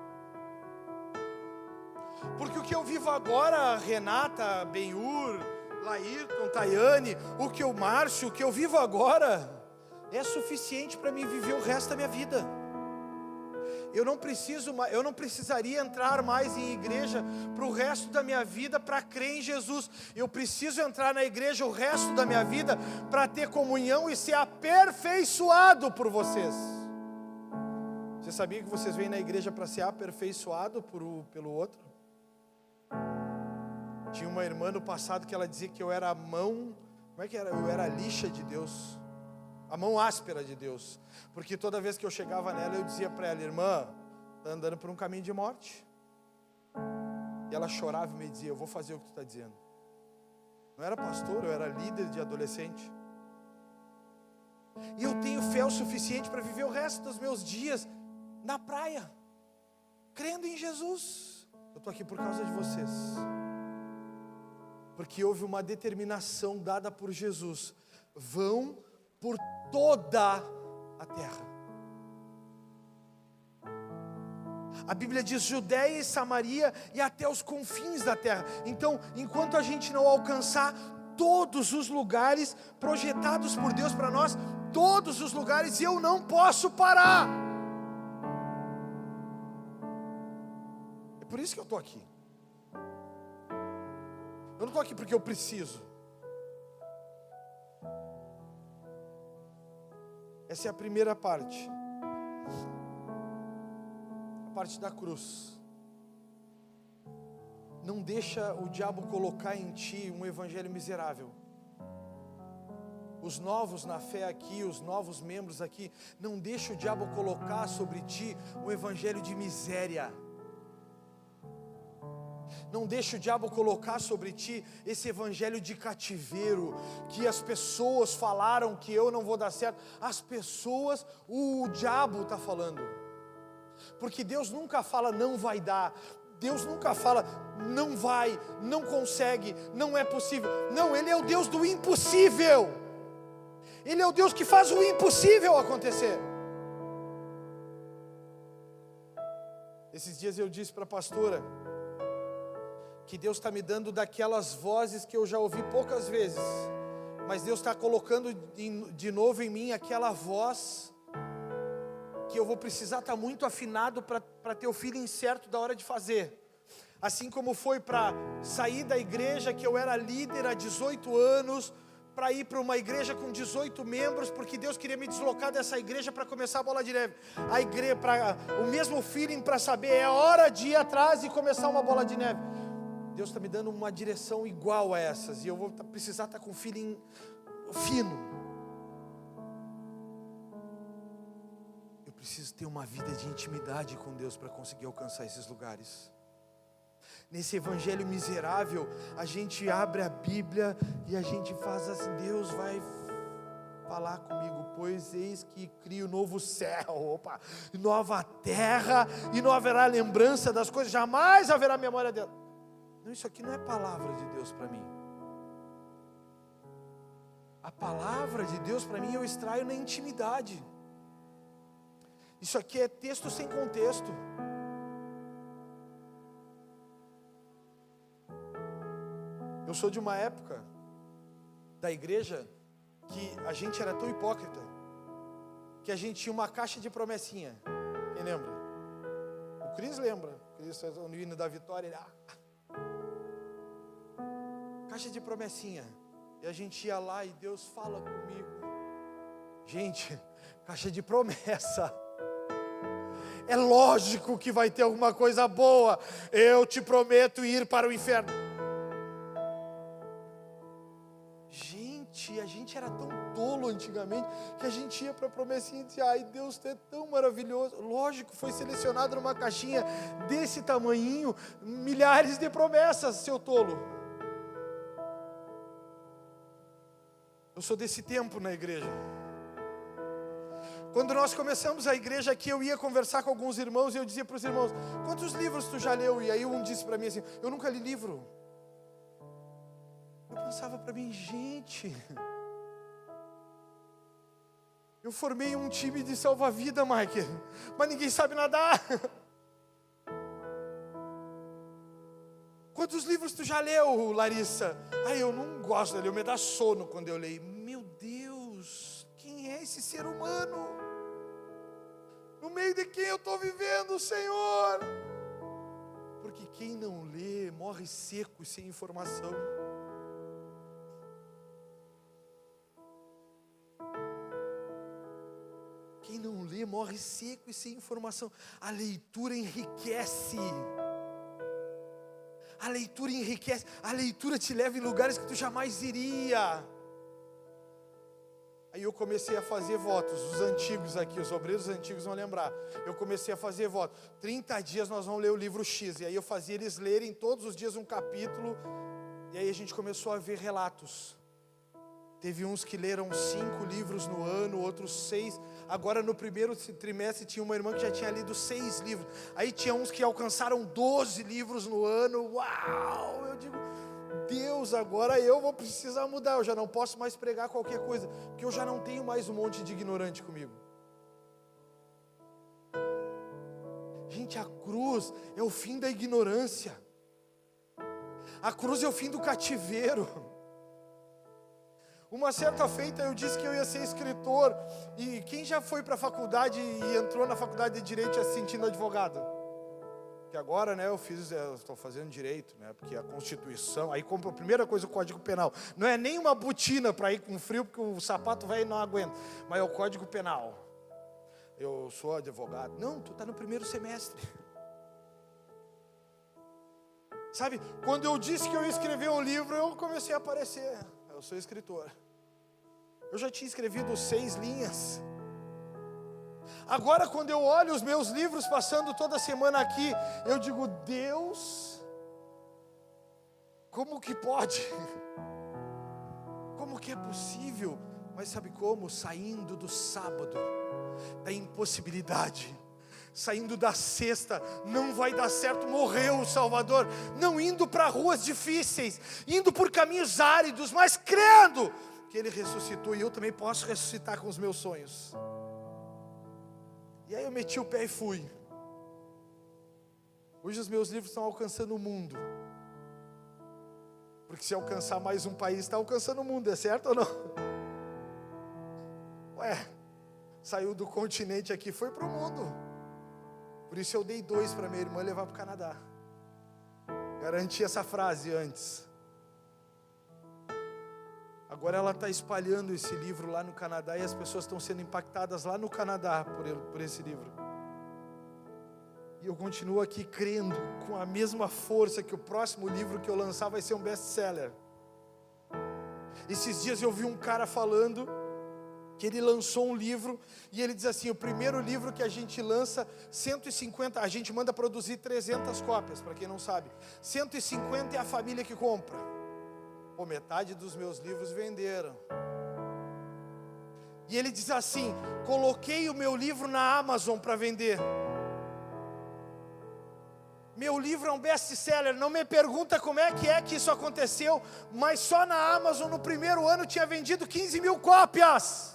Porque o que eu vivo agora, Renata, Benhur, Laírton, Tayane, Márcio, o que eu vivo agora é suficiente para mim viver o resto da minha vida. Eu não precisaria entrar mais em igreja para o resto da minha vida para crer em Jesus. Eu preciso entrar na igreja o resto da minha vida para ter comunhão e ser aperfeiçoado por vocês. Você sabia que vocês vêm na igreja para ser aperfeiçoado pelo outro? Tinha uma irmã no passado que ela dizia que eu era a mão, como é que era? Eu era a lixa de Deus, a mão áspera de Deus, porque toda vez que eu chegava nela eu dizia para ela, irmã, está andando por um caminho de morte. E ela chorava e me dizia, eu vou fazer o que tu está dizendo. Não era pastor, eu era líder de adolescente. E eu tenho fé o suficiente para viver o resto dos meus dias na praia, crendo em Jesus. Eu estou aqui por causa de vocês, porque houve uma determinação dada por Jesus, vão por toda a terra. A Bíblia diz Judeia e Samaria e até os confins da terra. Então, enquanto a gente não alcançar todos os lugares projetados por Deus para nós, todos os lugares, eu não posso parar. É por isso que eu estou aqui. Eu não estou aqui porque eu preciso. Essa é a primeira parte. A parte da cruz. Não deixa o diabo colocar em ti um evangelho miserável. Os novos na fé aqui, os novos membros aqui, não deixa o diabo colocar sobre ti um evangelho de miséria. Não deixe o diabo colocar sobre ti esse evangelho de cativeiro, que as pessoas falaram que eu não vou dar certo. As pessoas, o diabo está falando. Porque Deus nunca fala não vai dar. Deus nunca fala não vai, não consegue, não é possível. Não, Ele é o Deus do impossível. Ele é o Deus que faz o impossível acontecer. Esses dias eu disse para a pastora que Deus está me dando daquelas vozes que eu já ouvi poucas vezes, mas Deus está colocando de novo em mim aquela voz que eu vou precisar estar muito afinado para ter o feeling certo da hora de fazer. Assim como foi para sair da igreja que eu era líder há 18 anos, para ir para uma igreja com 18 membros, porque Deus queria me deslocar dessa igreja para começar a bola de neve. A igreja, o mesmo feeling para saber, é hora de ir atrás e começar uma bola de neve. Deus está me dando uma direção igual a essas, e eu vou precisar estar com um feeling fino. Eu preciso ter uma vida de intimidade com Deus para conseguir alcançar esses lugares. Nesse evangelho miserável, a gente abre a Bíblia e a gente faz assim: Deus vai falar comigo, pois eis que crio novo céu, nova terra, e não haverá lembrança das coisas, jamais haverá memória dela. Não, isso aqui não é palavra de Deus para mim. A palavra de Deus para mim eu extraio na intimidade. Isso aqui é texto sem contexto. Eu sou de uma época da igreja que a gente era tão hipócrita que a gente tinha uma caixa de promessinha. Quem lembra? O Cris lembra. O Cris, no hino da vitória, ele... Caixa de promessinha. E a gente ia lá e Deus fala comigo. Gente, caixa de promessa. É lógico que vai ter alguma coisa boa. Eu te prometo ir para o inferno. Gente, a gente era tão tolo antigamente que a gente ia para a promessinha e dizia: ai, Deus é tão maravilhoso. Lógico, foi selecionado numa caixinha desse tamanhinho, milhares de promessas, seu tolo. Eu sou desse tempo na igreja. Quando nós começamos a igreja aqui, eu ia conversar com alguns irmãos e eu dizia para os irmãos: quantos livros tu já leu? E aí um disse para mim assim: eu nunca li livro. Eu pensava para mim: gente, eu formei um time de salva-vida, Mike, mas ninguém sabe nadar. Quantos livros tu já leu, Larissa? Ai, eu não gosto de ler, me dá sono quando eu leio. Meu Deus, quem é esse ser humano? No meio de quem eu estou vivendo, Senhor? Porque quem não lê morre seco e sem informação. Quem não lê morre seco e sem informação. A leitura enriquece. A leitura enriquece. A leitura te leva em lugares que tu jamais iria. Aí eu comecei a fazer votos. Os antigos aqui, os obreiros antigos vão lembrar. Eu comecei a fazer votos. 30 dias nós vamos ler o livro X. E aí eu fazia eles lerem todos os dias um capítulo. E aí a gente começou a ver relatos. Teve uns que leram 5 livros no ano, outros 6. Agora no primeiro trimestre tinha uma irmã que já tinha lido 6 livros. Aí tinha uns que alcançaram 12 livros no ano. Uau! Eu digo: Deus, agora eu vou precisar mudar. Eu já não posso mais pregar qualquer coisa, porque eu já não tenho mais um monte de ignorante comigo. Gente, a cruz é o fim da ignorância. A cruz é o fim do cativeiro. Uma certa feita eu disse que eu ia ser escritor. E quem já foi para a faculdade e entrou na faculdade de Direito já se sentindo advogado? Que agora, né, eu estou fazendo direito, né, porque a Constituição, aí compro a primeira coisa, o Código Penal. Não é nem uma botina para ir com frio, porque o sapato velho não aguenta, mas é o Código Penal. Eu sou advogado. Não, tu está no primeiro semestre. Sabe, quando eu disse que eu ia escrever um livro, eu comecei a aparecer. Eu sou escritor. Eu já tinha escrevido 6 linhas. Agora, quando eu olho os meus livros passando toda semana aqui, eu digo: Deus, Como que pode? Como que é possível? Mas sabe como? Saindo do sábado, da impossibilidade, saindo da sexta, não vai dar certo, morreu o Salvador, não indo para ruas difíceis, indo por caminhos áridos, mas crendo que Ele ressuscitou, e eu também posso ressuscitar com os meus sonhos. E aí eu meti o pé e fui. Hoje os meus livros estão alcançando o mundo, porque se alcançar mais um país, está alcançando o mundo, é certo ou não? Saiu do continente aqui, foi para o mundo. Por isso eu dei 2 para minha irmã levar para o Canadá. Garanti essa frase antes. Agora ela está espalhando esse livro lá no Canadá, e as pessoas estão sendo impactadas lá no Canadá por esse livro. E eu continuo aqui crendo com a mesma força que o próximo livro que eu lançar vai ser um best-seller. Esses dias eu vi um cara falando que ele lançou um livro, e ele diz assim: o primeiro livro que a gente lança, 150, a gente manda produzir 300 cópias, para quem não sabe, 150 é a família que compra. Pô, metade dos meus livros venderam. E ele diz assim: coloquei o meu livro na Amazon para vender. Meu livro é um best-seller, não me pergunta como é que isso aconteceu, mas só na Amazon no primeiro ano tinha vendido 15 mil cópias.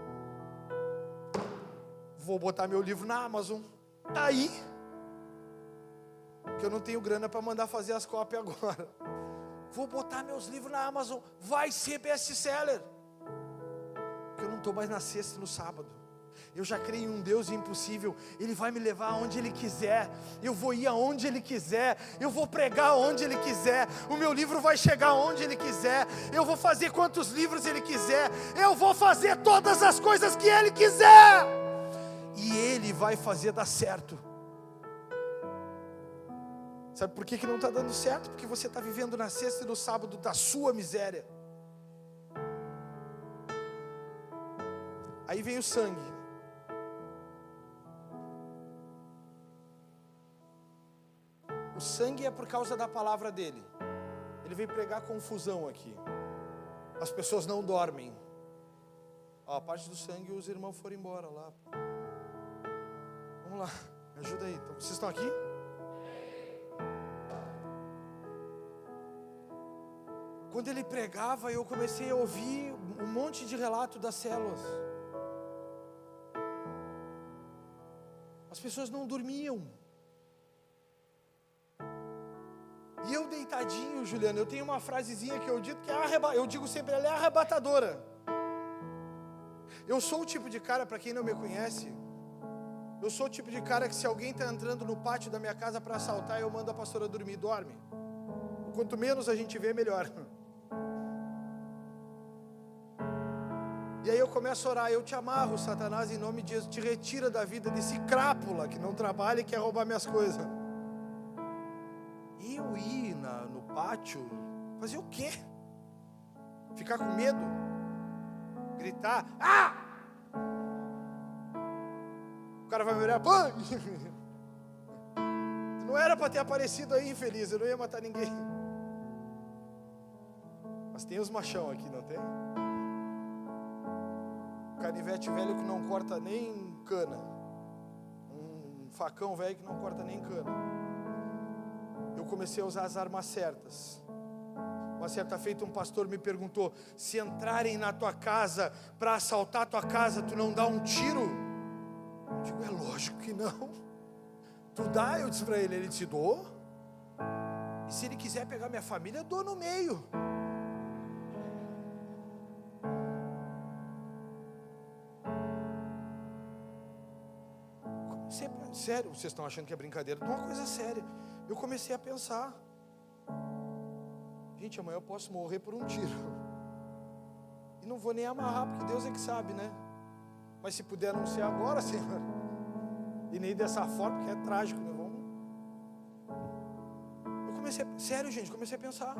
Vou botar meu livro na Amazon, tá aí, porque eu não tenho grana para mandar fazer as cópias agora. Vou botar meus livros na Amazon, vai ser best-seller, porque eu não estou mais na sexta e no sábado. Eu já creio em um Deus impossível. Ele vai me levar aonde Ele quiser, eu vou ir aonde Ele quiser, eu vou pregar onde Ele quiser, o meu livro vai chegar onde Ele quiser, eu vou fazer quantos livros Ele quiser, eu vou fazer todas as coisas que Ele quiser, e Ele vai fazer dar certo. Sabe por que não está dando certo? Porque você está vivendo na sexta e no sábado da sua miséria. Aí vem o sangue. O sangue é por causa da palavra dele. Ele veio pregar confusão aqui. As pessoas não dormem. A parte do sangue, os irmãos foram embora lá. Vamos lá, me ajuda aí. Então, vocês estão aqui? Quando ele pregava, eu comecei a ouvir um monte de relato das células. As pessoas não dormiam. E eu deitadinho, Juliano, eu tenho uma frasezinha que eu digo que eu digo sempre, ela é arrebatadora. Eu sou o tipo de cara, para quem não me conhece, eu sou o tipo de cara que se alguém está entrando no pátio da minha casa para assaltar, eu mando a pastora dormir, dorme. Quanto menos a gente vê, melhor. E aí eu começo a orar: eu te amarro, Satanás, em nome de Jesus, te retira da vida desse crápula que não trabalha e quer roubar minhas coisas. E eu ir no pátio, fazer o quê? Ficar com medo? Gritar: ah! O cara vai me olhar: pô! Não era para ter aparecido aí, infeliz, eu não ia matar ninguém. Mas tem os machão aqui, não tem? Canivete velho que não corta nem cana, um facão velho que não corta nem cana. Eu comecei a usar as armas certas. Uma certa feita um pastor me perguntou: se entrarem na tua casa para assaltar a tua casa, tu não dá um tiro? Eu digo: é lógico que não. Tu dá? Eu disse para ele. Ele disse: dou. E se ele quiser pegar minha família, eu dou no meio. Sério, vocês estão achando que é brincadeira? Não é uma coisa séria. Eu comecei a pensar: gente, amanhã eu posso morrer por um tiro. E não vou nem amarrar, porque Deus é que sabe, né? Mas se puder não ser agora, Senhor. E nem dessa forma, porque é trágico, né? Eu comecei, sério, gente, comecei a pensar.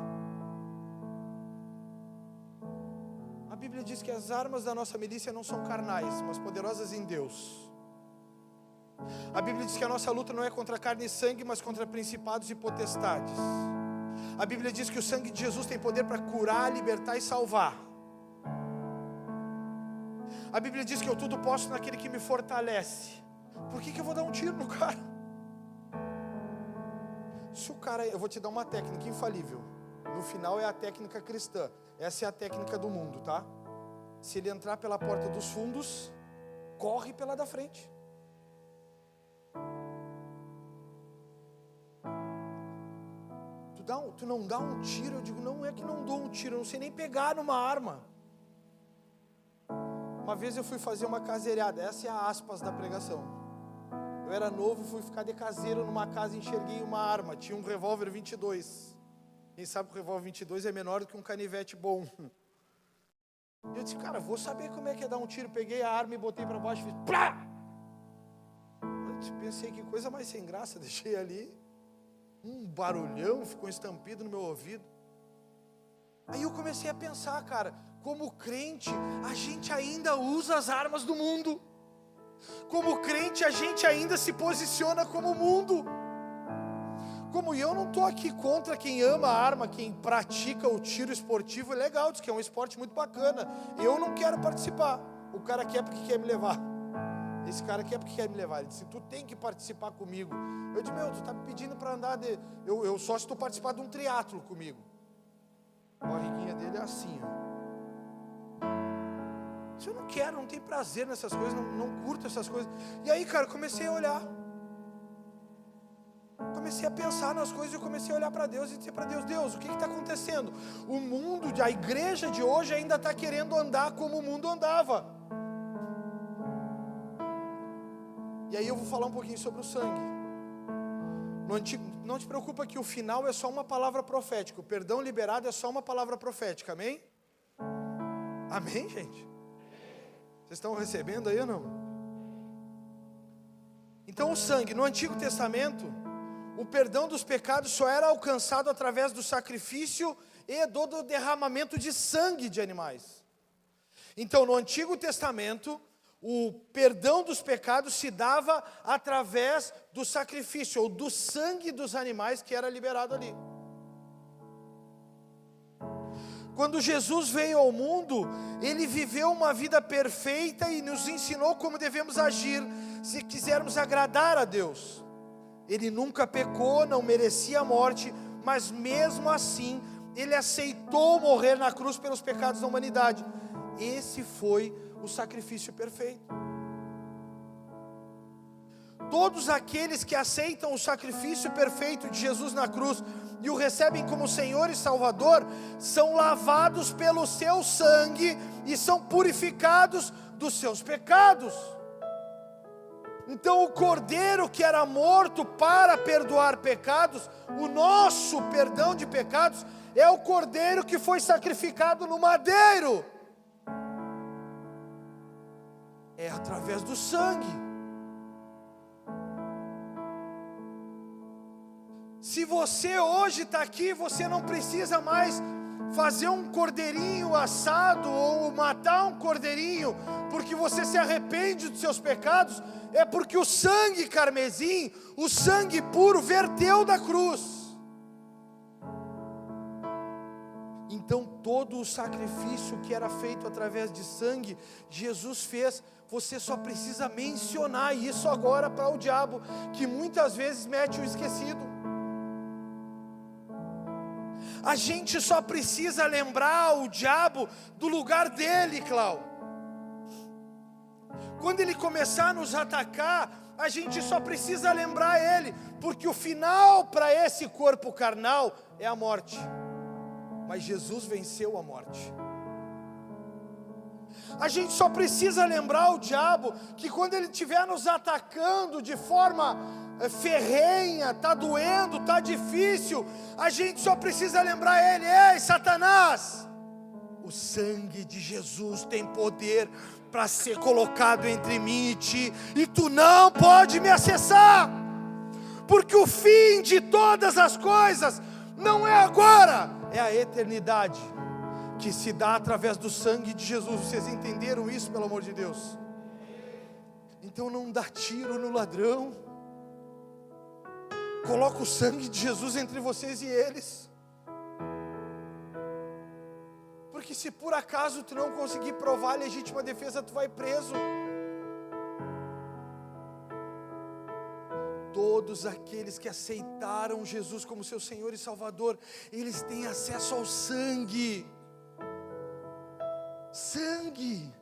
A Bíblia diz que as armas da nossa milícia não são carnais, mas poderosas em Deus. A Bíblia diz que a nossa luta não é contra carne e sangue, mas contra principados e potestades. A Bíblia diz que o sangue de Jesus tem poder para curar, libertar e salvar. A Bíblia diz que eu tudo posso naquele que me fortalece. Por que eu vou dar um tiro no cara? Se o cara, eu vou te dar uma técnica infalível. No final é a técnica cristã. Essa é a técnica do mundo, tá? Se ele entrar pela porta dos fundos, corre pela da frente. Tu não dá um tiro, eu digo, não é que não dou um tiro, eu não sei nem pegar numa arma. Uma vez eu fui fazer uma caseirada, essa é a aspas da pregação. Eu era novo, fui ficar de caseiro numa casa e enxerguei uma arma, tinha um revólver 22. Quem sabe que o revólver 22 é menor do que um canivete bom. E eu disse, cara, vou saber como é que é dar um tiro. Peguei a arma e botei para baixo e fiz plá! Eu pensei, que coisa mais sem graça, deixei ali. Um barulhão, ficou estampido no meu ouvido. Aí eu comecei a pensar, cara, como crente, a gente ainda usa as armas do mundo. Como crente, a gente ainda se posiciona como mundo. Como eu não estou aqui contra quem ama a arma, quem pratica o tiro esportivo, é legal, diz que é um esporte muito bacana. Eu não quero participar. O cara quer porque quer me levar. Esse cara quer porque quer me levar. Ele disse, tu tem que participar comigo. Eu disse, tu está me pedindo para andar eu só se tu participar de um triatlo comigo. A barriguinha dele é assim, ó. Se eu não quero, não tenho prazer nessas coisas, não curto essas coisas. E aí, cara, comecei a olhar. Comecei a pensar nas coisas e eu comecei a olhar para Deus e dizer para Deus, Deus, o que está acontecendo? O mundo, a igreja de hoje ainda está querendo andar como o mundo andava. E aí eu vou falar um pouquinho sobre o sangue. No antigo, não te preocupa que o final é só uma palavra profética. O perdão liberado é só uma palavra profética, amém? Amém, gente? Vocês estão recebendo aí ou não? Então o sangue, no Antigo Testamento, o perdão dos pecados só era alcançado através do sacrifício e do derramamento de sangue de animais. Então no Antigo Testamento, o perdão dos pecados se dava através do sacrifício, ou do sangue dos animais que era liberado ali. Quando Jesus veio ao mundo, Ele viveu uma vida perfeita e nos ensinou como devemos agir, se quisermos agradar a Deus. Ele nunca pecou, não merecia a morte, mas mesmo assim, Ele aceitou morrer na cruz pelos pecados da humanidade. Esse foi o sacrifício perfeito. Todos aqueles que aceitam o sacrifício perfeito de Jesus na cruz e o recebem como Senhor e Salvador, são lavados pelo seu sangue e são purificados dos seus pecados. Então o Cordeiro que era morto para perdoar pecados, o nosso perdão de pecados, é o Cordeiro que foi sacrificado no madeiro. É através do sangue. Se você hoje está aqui, você não precisa mais fazer um cordeirinho assado ou matar um cordeirinho, porque você se arrepende dos seus pecados, é porque o sangue carmesim, o sangue puro, verteu da cruz. Então todo o sacrifício que era feito através de sangue, Jesus fez. Você só precisa mencionar isso agora para o diabo, que muitas vezes mete o esquecido. A gente só precisa lembrar o diabo do lugar dele, Cláudio. Quando ele começar a nos atacar, a gente só precisa lembrar ele, porque o final para esse corpo carnal é a morte. Mas Jesus venceu a morte. A gente só precisa lembrar o diabo que quando ele estiver nos atacando de forma ferrenha, está doendo, está difícil, a gente só precisa lembrar ele: ei, Satanás, o sangue de Jesus tem poder para ser colocado entre mim e ti, e tu não pode me acessar, porque o fim de todas as coisas não é agora, é a eternidade, que se dá através do sangue de Jesus. Vocês entenderam isso, pelo amor de Deus? Então não dá tiro no ladrão. Coloca o sangue de Jesus entre vocês e eles. se por acaso tu não conseguir provar a legítima defesa, tu vai preso. Todos aqueles que aceitaram Jesus como seu Senhor e Salvador, eles têm acesso ao sangue. Sangue.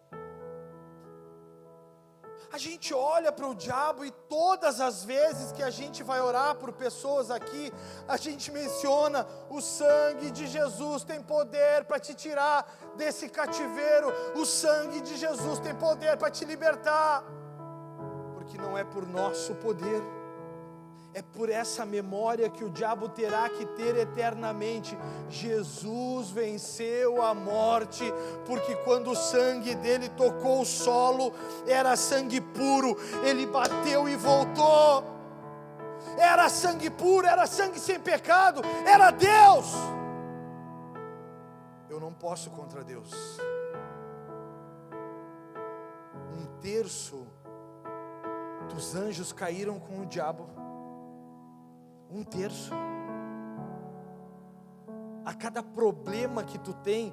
A gente olha para o diabo e todas as vezes que a gente vai orar por pessoas aqui, a gente menciona: o sangue de Jesus tem poder para te tirar desse cativeiro, o sangue de Jesus tem poder para te libertar, porque não é por nosso poder, é por essa memória que o diabo terá que ter eternamente. Jesus venceu a morte, porque quando o sangue dele tocou o solo, era sangue puro, ele bateu e voltou, era sangue puro, era sangue sem pecado, era Deus. Eu não posso contra Deus. 1/3 dos anjos caíram com o diabo. 1/3. A cada problema que tu tem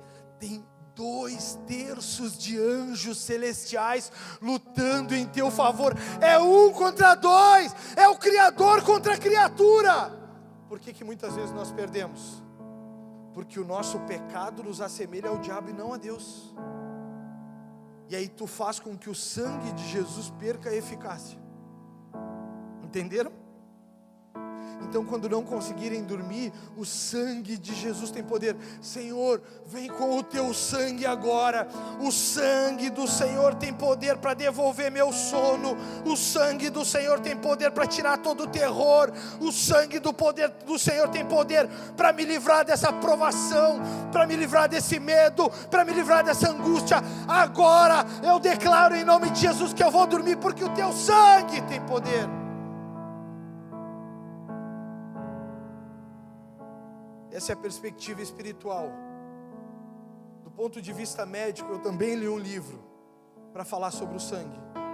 2/3 de anjos celestiais lutando em teu favor. É 1 contra 2, é o Criador contra a criatura. Por que muitas vezes nós perdemos? Porque o nosso pecado nos assemelha ao diabo e não a Deus. E aí tu faz com que o sangue de Jesus perca a eficácia. Entenderam? Então, quando não conseguirem dormir, o sangue de Jesus tem poder. Senhor, vem com o teu sangue agora. O sangue do Senhor tem poder para devolver meu sono. O sangue do Senhor tem poder para tirar todo o terror. O sangue do Senhor tem poder para me livrar dessa provação, para me livrar desse medo, para me livrar dessa angústia. Agora eu declaro em nome de Jesus que eu vou dormir, porque o teu sangue tem poder. Essa é a perspectiva espiritual. Do ponto de vista médico, eu também li um livro para falar sobre o sangue.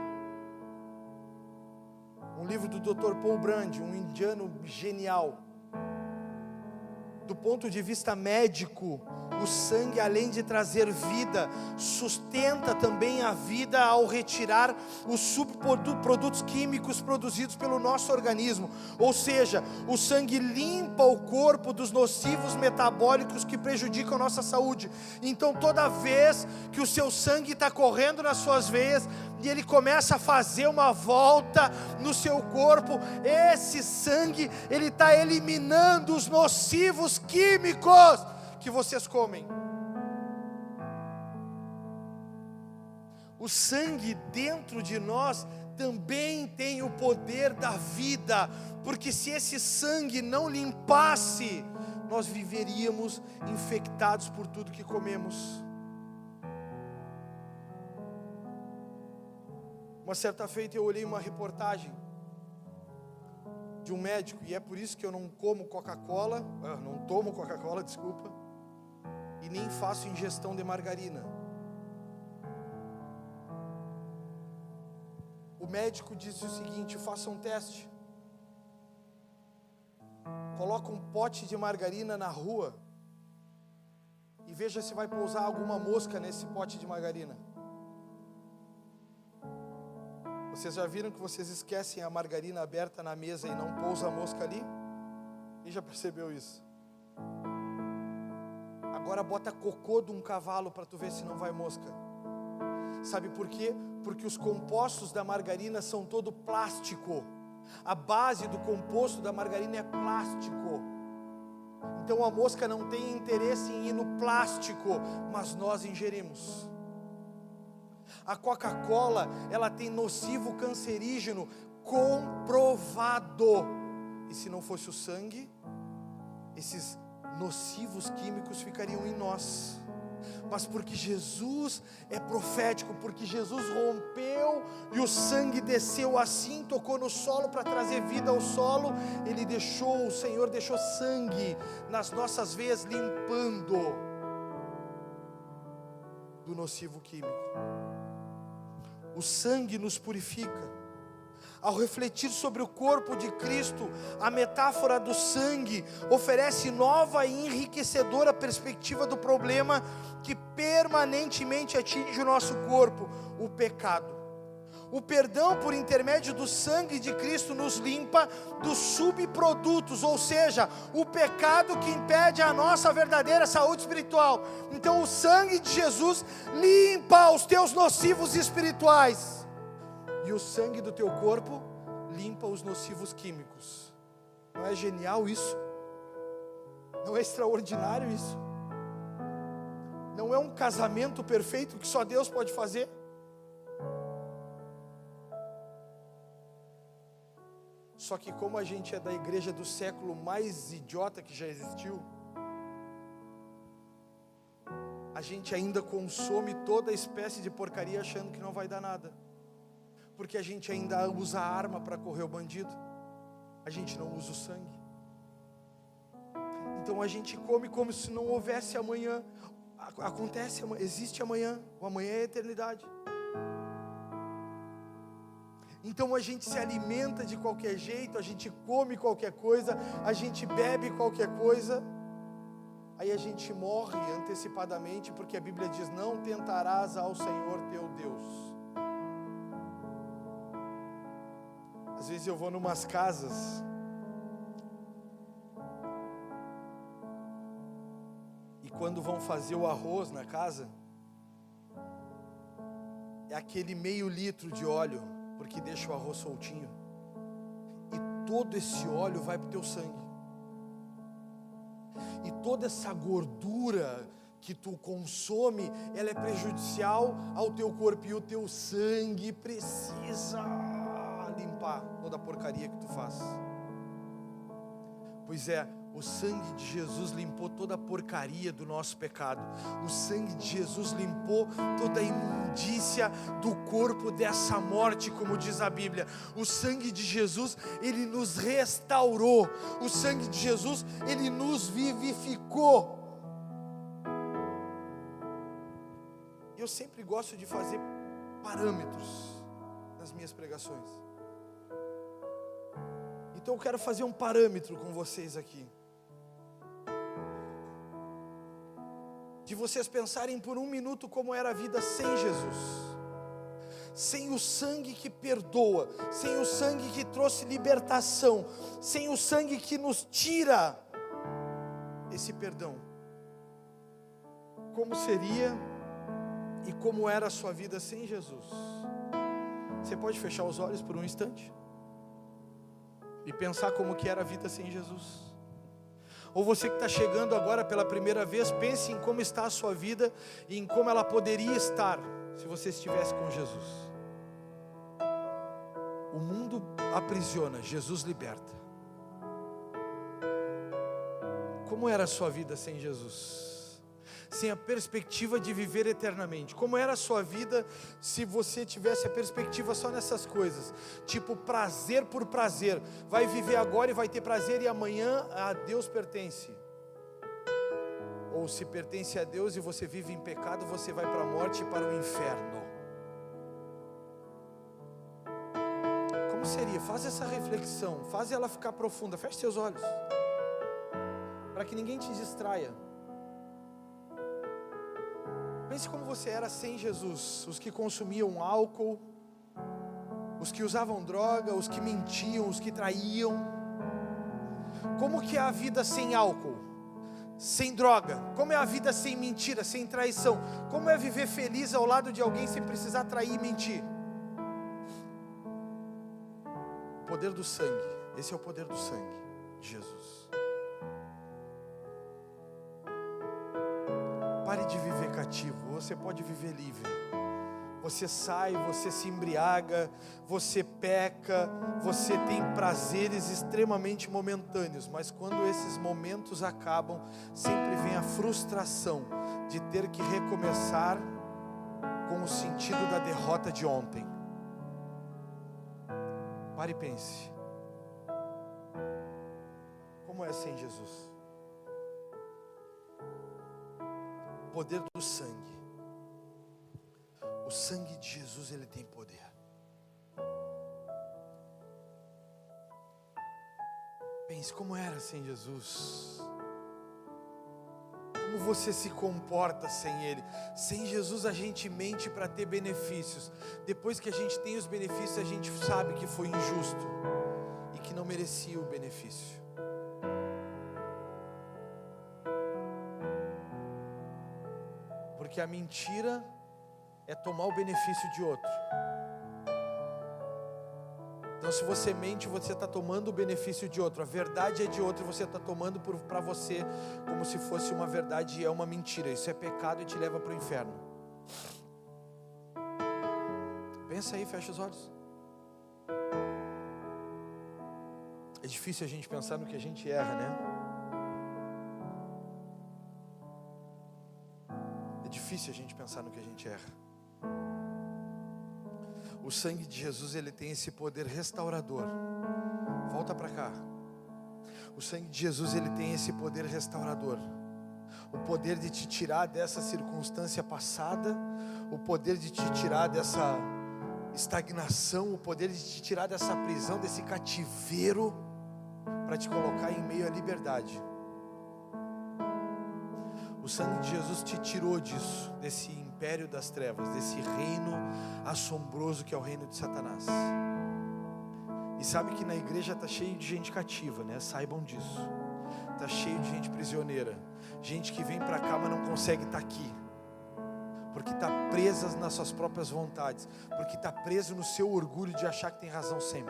Um livro do Dr. Paul Brand, um indiano genial. Do ponto de vista médico, o sangue, além de trazer vida, sustenta também a vida ao retirar os subprodutos químicos produzidos pelo nosso organismo. Ou seja, o sangue limpa o corpo dos nocivos metabólicos que prejudicam a nossa saúde. Então, toda vez que o seu sangue está correndo nas suas veias e ele começa a fazer uma volta no seu corpo, esse sangue, ele está eliminando os nocivos químicos que vocês comem. O sangue dentro de nós também tem o poder da vida, porque se esse sangue não limpasse, nós viveríamos infectados por tudo que comemos. Uma certa feita eu olhei uma reportagem de um médico, e é por isso que eu não como Coca-Cola, não tomo Coca-Cola, desculpa, e nem faço ingestão de margarina. O médico disse o seguinte: faça um teste. Coloca um pote de margarina na rua e veja se vai pousar alguma mosca nesse pote de margarina. Vocês já viram que vocês esquecem a margarina aberta na mesa e não pousa a mosca ali? Quem já percebeu isso? Agora bota cocô de um cavalo para tu ver se não vai mosca. Sabe por quê? Porque os compostos da margarina são todo plástico. A base do composto da margarina é plástico. Então a mosca não tem interesse em ir no plástico, mas nós ingerimos. A Coca-Cola, ela tem nocivo cancerígeno comprovado. E se não fosse o sangue, esses nocivos químicos ficariam em nós. Mas porque Jesus é profético, porque Jesus rompeu e o sangue desceu assim, tocou no solo para trazer vida ao solo, o Senhor deixou sangue nas nossas veias, limpando do nocivo químico. O sangue nos purifica. ao refletir sobre o corpo de Cristo, a metáfora do sangue oferece nova e enriquecedora perspectiva do problema que permanentemente atinge o nosso corpo, o pecado. O perdão por intermédio do sangue de Cristo nos limpa dos subprodutos, ou seja, o pecado que impede a nossa verdadeira saúde espiritual. Então o sangue de Jesus limpa os teus nocivos espirituais. E o sangue do teu corpo limpa os nocivos químicos. Não é genial isso? Não é extraordinário isso? Não é um casamento perfeito que só Deus pode fazer? Só que como a gente é da igreja do século mais idiota que já existiu, a gente ainda consome toda espécie de porcaria achando que não vai dar nada. Porque a gente ainda usa a arma para correr o bandido. A gente não usa o sangue. Então a gente come como se não houvesse amanhã. Acontece, existe amanhã. O amanhã é a eternidade. Então a gente se alimenta de qualquer jeito, a gente come qualquer coisa, a gente bebe qualquer coisa, aí a gente morre antecipadamente, porque a Bíblia diz: não tentarás ao Senhor teu Deus. Às vezes eu vou numas casas e quando vão fazer o arroz na casa, é aquele meio litro de óleo, porque deixa o arroz soltinho, e todo esse óleo vai para o teu sangue, e toda essa gordura que tu consome, ela é prejudicial ao teu corpo, e o teu sangue precisa limpar toda a porcaria que tu faz. Pois é, o sangue de Jesus limpou toda a porcaria do nosso pecado. O sangue de Jesus limpou toda a imundícia do corpo dessa morte, como diz a Bíblia. O sangue de Jesus, ele nos restaurou. O sangue de Jesus, ele nos vivificou. Eu sempre gosto de fazer parâmetros nas minhas pregações. Então eu quero fazer um parâmetro com vocês aqui. De vocês pensarem por um minuto como era a vida sem Jesus. Sem o sangue que perdoa, sem o sangue que trouxe libertação, sem o sangue que nos tira esse perdão. Como seria e como era a sua vida sem Jesus? Você pode fechar os olhos por um instante e pensar como que era a vida sem Jesus? Ou você que está chegando agora pela primeira vez, pense em como está a sua vida e em como ela poderia estar se você estivesse com Jesus. O mundo aprisiona, Jesus liberta. Como era a sua vida sem Jesus? Sem a perspectiva de viver eternamente. Como era a sua vida se você tivesse a perspectiva só nessas coisas? Tipo, prazer por prazer. Vai viver agora e vai ter prazer, e amanhã a Deus pertence. Ou se pertence a Deus e você vive em pecado, você vai para a morte e para o inferno. Como seria? Faz essa reflexão, faz ela ficar profunda. Feche seus olhos, para que ninguém te distraia. Pense como você era sem Jesus. Os que consumiam álcool, os que usavam droga, os que mentiam, os que traíam. Como que é a vida sem álcool, sem droga? Como é a vida sem mentira, sem traição? Como é viver feliz ao lado de alguém sem precisar trair e mentir? O poder do sangue. Esse é o poder do sangue de Jesus. Pare de viver cativo, você pode viver livre. Você sai, você se embriaga, você peca, você tem prazeres extremamente momentâneos, mas quando esses momentos acabam, sempre vem a frustração de ter que recomeçar com o sentido da derrota de ontem. Pare e pense. Como é sem Jesus? O poder do sangue. O sangue de Jesus, ele tem poder. Pense como era sem Jesus. Como você se comporta sem Ele? Sem Jesus a gente mente para ter benefícios. Depois que a gente tem os benefícios, a gente sabe que foi injusto e que não merecia o benefício. Porque a mentira é tomar o benefício de outro. Então, se você mente, você está tomando o benefício de outro. A verdade é de outro e você está tomando para você como se fosse uma verdade e é uma mentira. Isso é pecado e te leva para o inferno. Pensa aí, fecha os olhos. É difícil a gente pensar no que a gente erra, né? É difícil a gente pensar no que a gente erra. O sangue de Jesus, ele tem esse poder restaurador. Volta para cá. O sangue de Jesus, ele tem esse poder restaurador. O poder de te tirar dessa circunstância passada, o poder de te tirar dessa estagnação, o poder de te tirar dessa prisão, desse cativeiro, para te colocar em meio à liberdade. O sangue de Jesus te tirou disso, desse império das trevas, desse reino assombroso que é o reino de Satanás. E sabe que na igreja está cheio de gente cativa, né? Saibam disso. Está cheio de gente prisioneira, gente que vem para cá, mas não consegue estar aqui, porque está presa nas suas próprias vontades, porque está preso no seu orgulho de achar que tem razão sempre.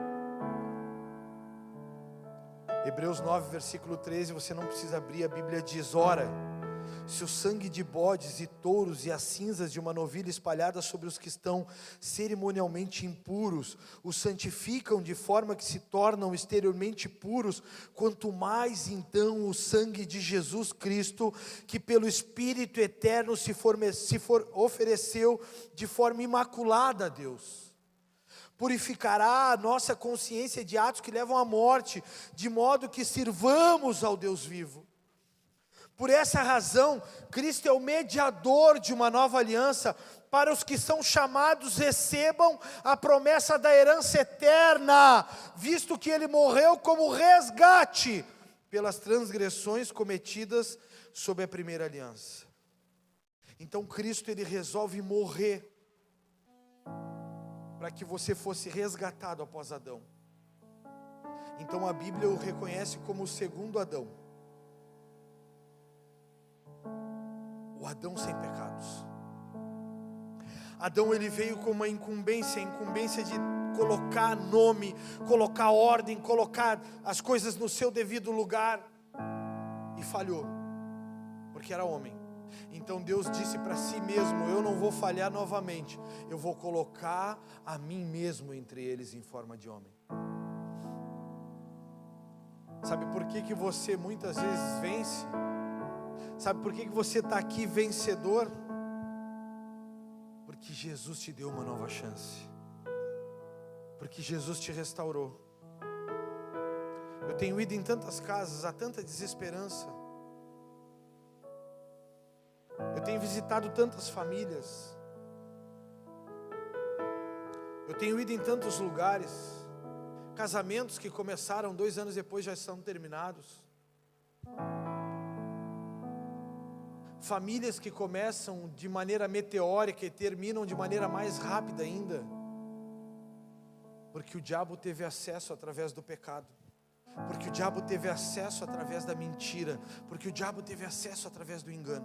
Hebreus 9, versículo 13, você não precisa abrir, a Bíblia diz: ora, se o sangue de bodes e touros e as cinzas de uma novilha espalhadas sobre os que estão cerimonialmente impuros os santificam de forma que se tornam exteriormente puros, quanto mais então o sangue de Jesus Cristo, que pelo Espírito eterno se ofereceu de forma imaculada a Deus, purificará a nossa consciência de atos que levam à morte, de modo que sirvamos ao Deus vivo. Por essa razão, Cristo é o mediador de uma nova aliança, para os que são chamados recebam a promessa da herança eterna, visto que Ele morreu como resgate pelas transgressões cometidas sob a primeira aliança. Então Cristo, Ele resolve morrer para que você fosse resgatado após Adão. Então a Bíblia o reconhece como o segundo Adão. O Adão sem pecados. Adão, ele veio com uma incumbência, a incumbência de colocar nome, colocar ordem, colocar as coisas no seu devido lugar, e falhou, porque era homem. Então Deus disse para si mesmo: eu não vou falhar novamente, eu vou colocar a mim mesmo entre eles em forma de homem. Sabe por que você muitas vezes vence? Sabe por que você está aqui vencedor? Porque Jesus te deu uma nova chance. Porque Jesus te restaurou. Eu tenho ido em tantas casas, há tanta desesperança. Eu tenho visitado tantas famílias. Eu tenho ido em tantos lugares. Casamentos que começaram 2 anos depois já estão terminados. Famílias que começam de maneira meteórica e terminam de maneira mais rápida ainda, porque o diabo teve acesso através do pecado, porque o diabo teve acesso através da mentira, porque o diabo teve acesso através do engano.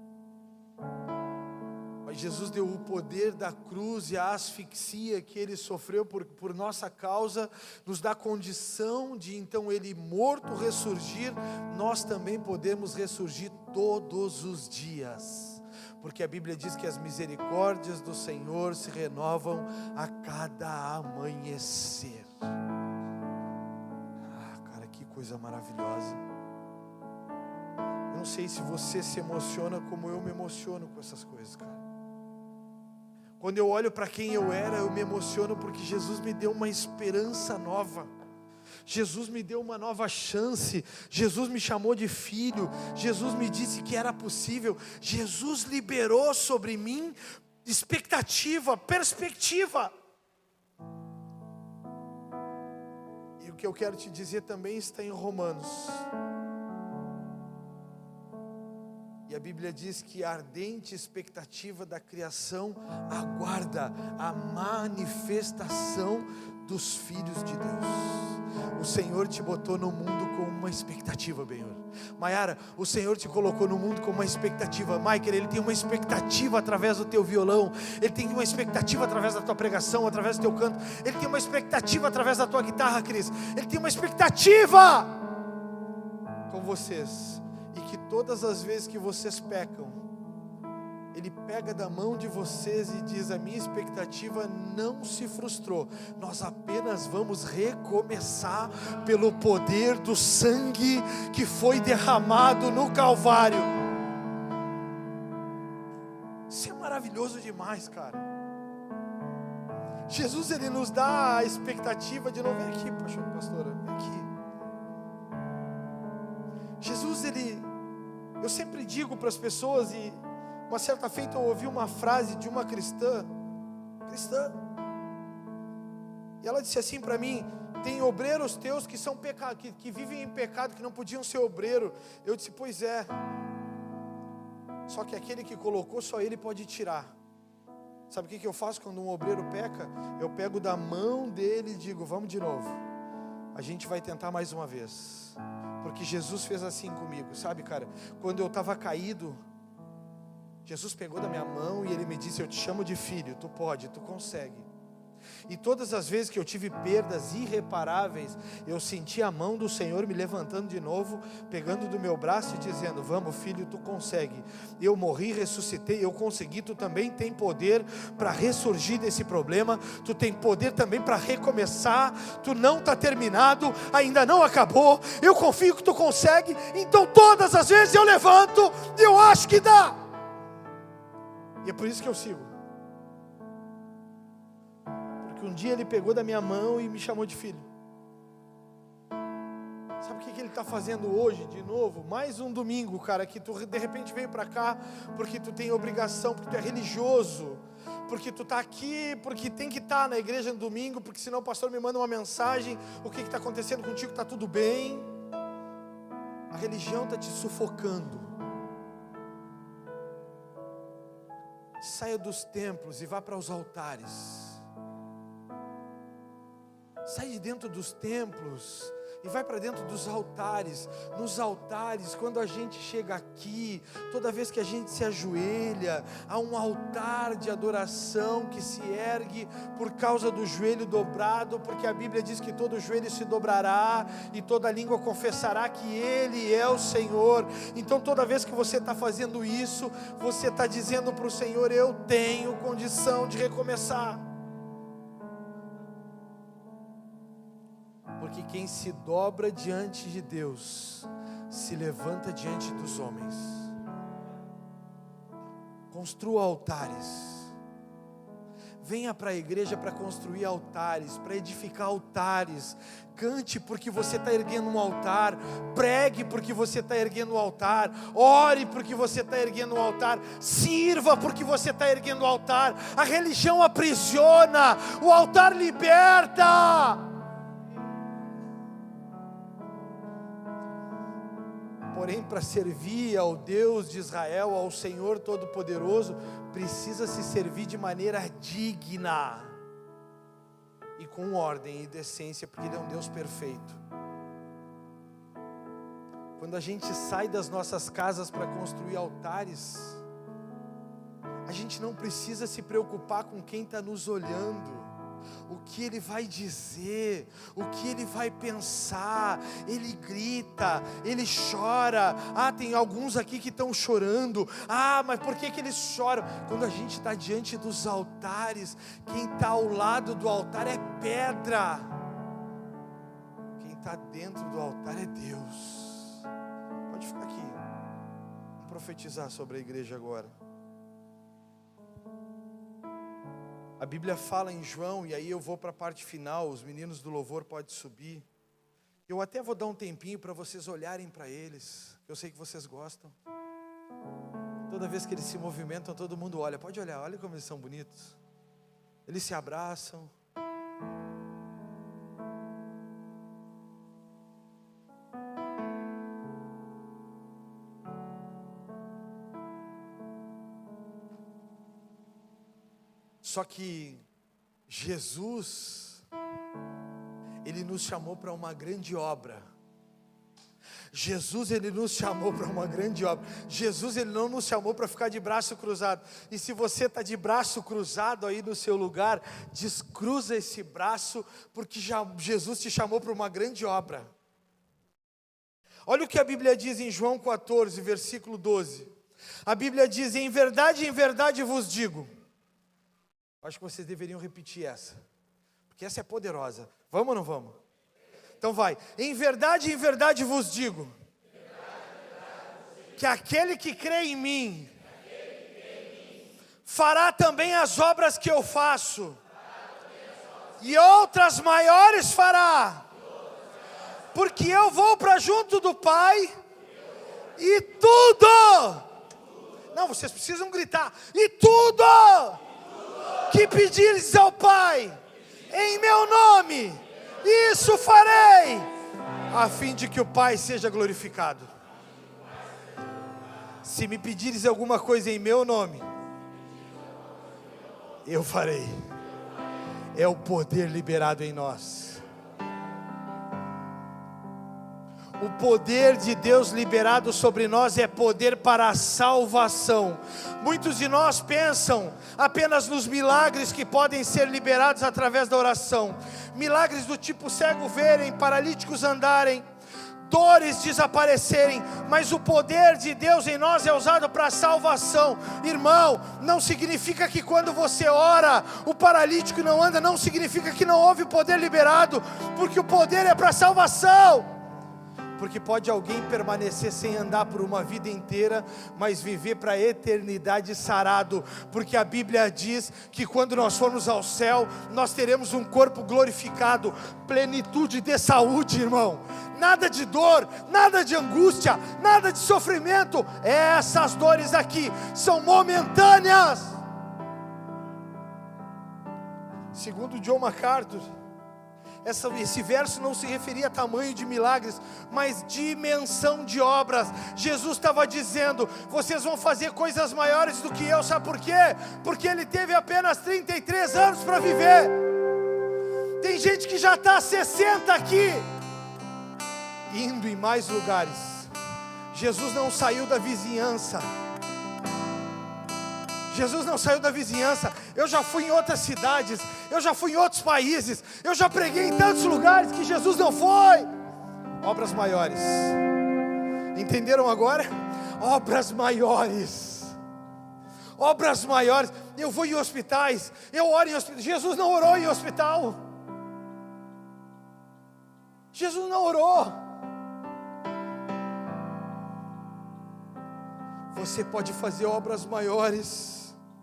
Mas Jesus deu o poder da cruz e a asfixia que Ele sofreu por nossa causa, nos dá condição de então Ele morto ressurgir, nós também podemos ressurgir todos os dias, porque a Bíblia diz que as misericórdias do Senhor se renovam a cada amanhecer. Cara, que coisa maravilhosa. Eu não sei se você se emociona como eu me emociono com essas coisas, cara. Quando eu olho para quem eu era, eu me emociono porque Jesus me deu uma esperança nova. Jesus me deu uma nova chance. Jesus me chamou de filho. Jesus me disse que era possível. Jesus liberou sobre mim expectativa, perspectiva. E o que eu quero te dizer também está em Romanos. E a Bíblia diz que a ardente expectativa da criação aguarda a manifestação dos filhos de Deus. O Senhor te botou no mundo com uma expectativa, Benhor. Maiara, o Senhor te colocou no mundo com uma expectativa. Michael, Ele tem uma expectativa através do teu violão. Ele tem uma expectativa através da tua pregação, através do teu canto. Ele tem uma expectativa através da tua guitarra, Cris. Ele tem uma expectativa com vocês. E que todas as vezes que vocês pecam, Ele pega da mão de vocês e diz: a minha expectativa não se frustrou, nós apenas vamos recomeçar pelo poder do sangue que foi derramado no Calvário. Isso é maravilhoso demais, cara. Jesus, Ele nos dá a expectativa de novo. Vem aqui, pastora, vem aqui. Jesus, eu sempre digo para as pessoas, e uma certa feita eu ouvi uma frase de uma cristã, e ela disse assim para mim: tem obreiros teus que são que vivem em pecado, que não podiam ser obreiro. Eu disse: pois é, só que aquele que colocou, só Ele pode tirar. Sabe o que eu faço quando um obreiro peca? Eu pego da mão dele e digo: vamos de novo, a gente vai tentar mais uma vez. Porque Jesus fez assim comigo, sabe, cara? Quando eu estava caído, Jesus pegou da minha mão e Ele me disse: eu te chamo de filho, tu pode, tu consegue. E todas as vezes que eu tive perdas irreparáveis, eu senti a mão do Senhor me levantando de novo, pegando do meu braço e dizendo: vamos, filho, tu consegue. Eu morri, ressuscitei, eu consegui. Tu também tem poder para ressurgir desse problema. Tu tem poder também para recomeçar. Tu não está terminado, ainda não acabou. Eu confio que tu consegue. Então todas as vezes eu levanto e eu acho que dá. E é por isso que eu sigo. Um dia Ele pegou da minha mão e me chamou de filho. Sabe o que Ele está fazendo hoje de novo? Mais um domingo, cara, que tu de repente veio para cá porque tu tem obrigação, porque tu é religioso, porque tu está aqui, porque tem que estar na igreja no domingo, porque senão o pastor me manda uma mensagem: o que está acontecendo contigo? Está tudo bem? A religião está te sufocando. Saia dos templos e vá para os altares. Sai de dentro dos templos e vai para dentro dos altares. Nos altares, quando a gente chega aqui, toda vez que a gente se ajoelha, há um altar de adoração que se ergue por causa do joelho dobrado, porque a Bíblia diz que todo joelho se dobrará e toda língua confessará que Ele é o Senhor. Então toda vez que você está fazendo isso, você está dizendo para o Senhor: eu tenho condição de recomeçar. Porque quem se dobra diante de Deus, se levanta diante dos homens. Construa altares. Venha para a igreja para construir altares, para edificar altares. Cante porque você está erguendo um altar. Pregue porque você está erguendo um altar. Ore porque você está erguendo um altar. Sirva porque você está erguendo um altar. A religião aprisiona, o altar liberta. Porém, para servir ao Deus de Israel, ao Senhor Todo-Poderoso, precisa se servir de maneira digna e com ordem e decência, porque Ele é um Deus perfeito. Quando a gente sai das nossas casas para construir altares, a gente não precisa se preocupar com quem está nos olhando, o que ele vai dizer, o que ele vai pensar. Ele grita, ele chora. Tem alguns aqui que estão chorando. Mas por que eles choram? Quando a gente está diante dos altares, quem está ao lado do altar é pedra, quem está dentro do altar é Deus. Pode ficar aqui. Vamos profetizar sobre a igreja agora. A Bíblia fala em João, e aí eu vou para a parte final, os meninos do louvor podem subir. Eu até vou dar um tempinho para vocês olharem para eles, eu sei que vocês gostam. Toda vez que eles se movimentam, todo mundo olha. Pode olhar, olha como eles são bonitos. Eles se abraçam. Só que Jesus, Ele nos chamou para uma grande obra. Jesus, Ele nos chamou para uma grande obra. Jesus, Ele não nos chamou para ficar de braço cruzado. E se você está de braço cruzado aí no seu lugar, descruza esse braço, porque Jesus te chamou para uma grande obra. Olha o que a Bíblia diz em João 14, versículo 12. A Bíblia diz: em verdade vos digo. Acho que vocês deveriam repetir essa, porque essa é poderosa. Vamos ou não vamos? Então vai. Em verdade vos digo, que aquele que crê em mim, fará também as obras que eu faço, e outras maiores fará, porque eu vou para junto do Pai, e tudo, não, vocês precisam gritar, e tudo que pedires ao Pai, em meu nome, isso farei, a fim de que o Pai seja glorificado. Se me pedires alguma coisa em meu nome, eu farei. É o poder liberado em nós. O poder de Deus liberado sobre nós é poder para a salvação. Muitos de nós pensam apenas nos milagres que podem ser liberados através da oração. Milagres do tipo cego verem, paralíticos andarem, dores desaparecerem, mas o poder de Deus em nós é usado para a salvação. Irmão, não significa que quando você ora, o paralítico não anda, não significa que não houve poder liberado, porque o poder é para a salvação. Porque pode alguém permanecer sem andar por uma vida inteira, mas viver para a eternidade sarado, porque a Bíblia diz que quando nós formos ao céu, nós teremos um corpo glorificado, plenitude de saúde, irmão. Nada de dor, nada de angústia, nada de sofrimento. Essas dores aqui são momentâneas. Segundo John MacArthur, esse verso não se referia a tamanho de milagres, mas dimensão de obras. Jesus estava dizendo: vocês vão fazer coisas maiores do que eu. Sabe por quê? Porque Ele teve apenas 33 anos para viver. Tem gente que já está 60 aqui, indo em mais lugares. Jesus não saiu da vizinhança. Jesus não saiu da vizinhança. Eu já fui em outras cidades, eu já fui em outros países, eu já preguei em tantos lugares que Jesus não foi. Obras maiores. Entenderam agora? Obras maiores. Obras maiores. Eu vou em hospitais, eu oro em hospitais. Jesus não orou em hospital. Jesus não orou. Você pode fazer obras maiores.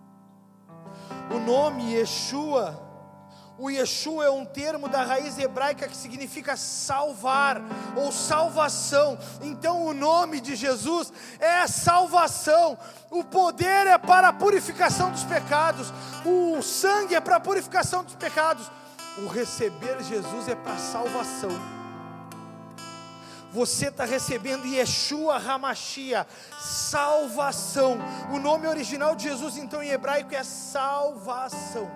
O nome Yeshua, o Yeshua é um termo da raiz hebraica que significa salvar ou salvação. Então o nome de Jesus é salvação. O poder é para a purificação dos pecados, o sangue é para a purificação dos pecados. O receber Jesus é para salvação. Você está recebendo Yeshua HaMashiach, salvação. O nome original de Jesus então em hebraico é salvação.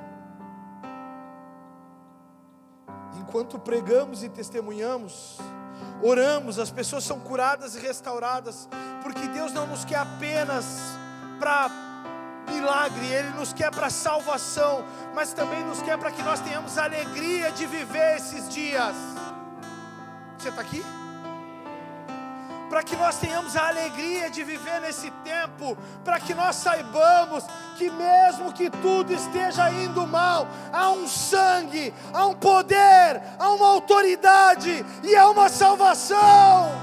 Enquanto pregamos e testemunhamos, oramos, as pessoas são curadas e restauradas, porque Deus não nos quer apenas para milagre, Ele nos quer para salvação, mas também nos quer para que nós tenhamos a alegria de viver esses dias. Você está aqui? Para que nós tenhamos a alegria de viver nesse tempo, para que nós saibamos que mesmo que tudo esteja indo mal, há um sangue, há um poder, há uma autoridade e há uma salvação.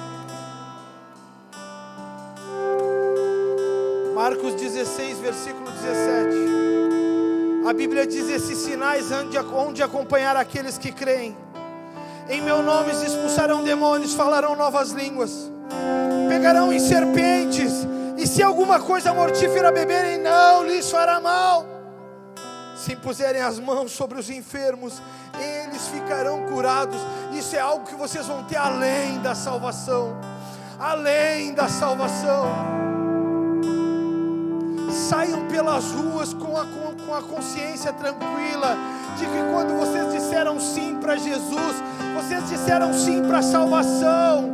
Marcos 16, versículo 17. A Bíblia diz: esses sinais onde acompanhar aqueles que creem. Em meu nome se expulsarão demônios, falarão novas línguas, pegarão em serpentes, e se alguma coisa mortífera beberem, não lhes fará mal. Se impuserem as mãos sobre os enfermos, eles ficarão curados. Isso é algo que vocês vão ter além da salvação. Além da salvação. saiam pelas ruas com a consciência tranquila de que quando vocês disseram sim para Jesus, vocês disseram sim para a salvação.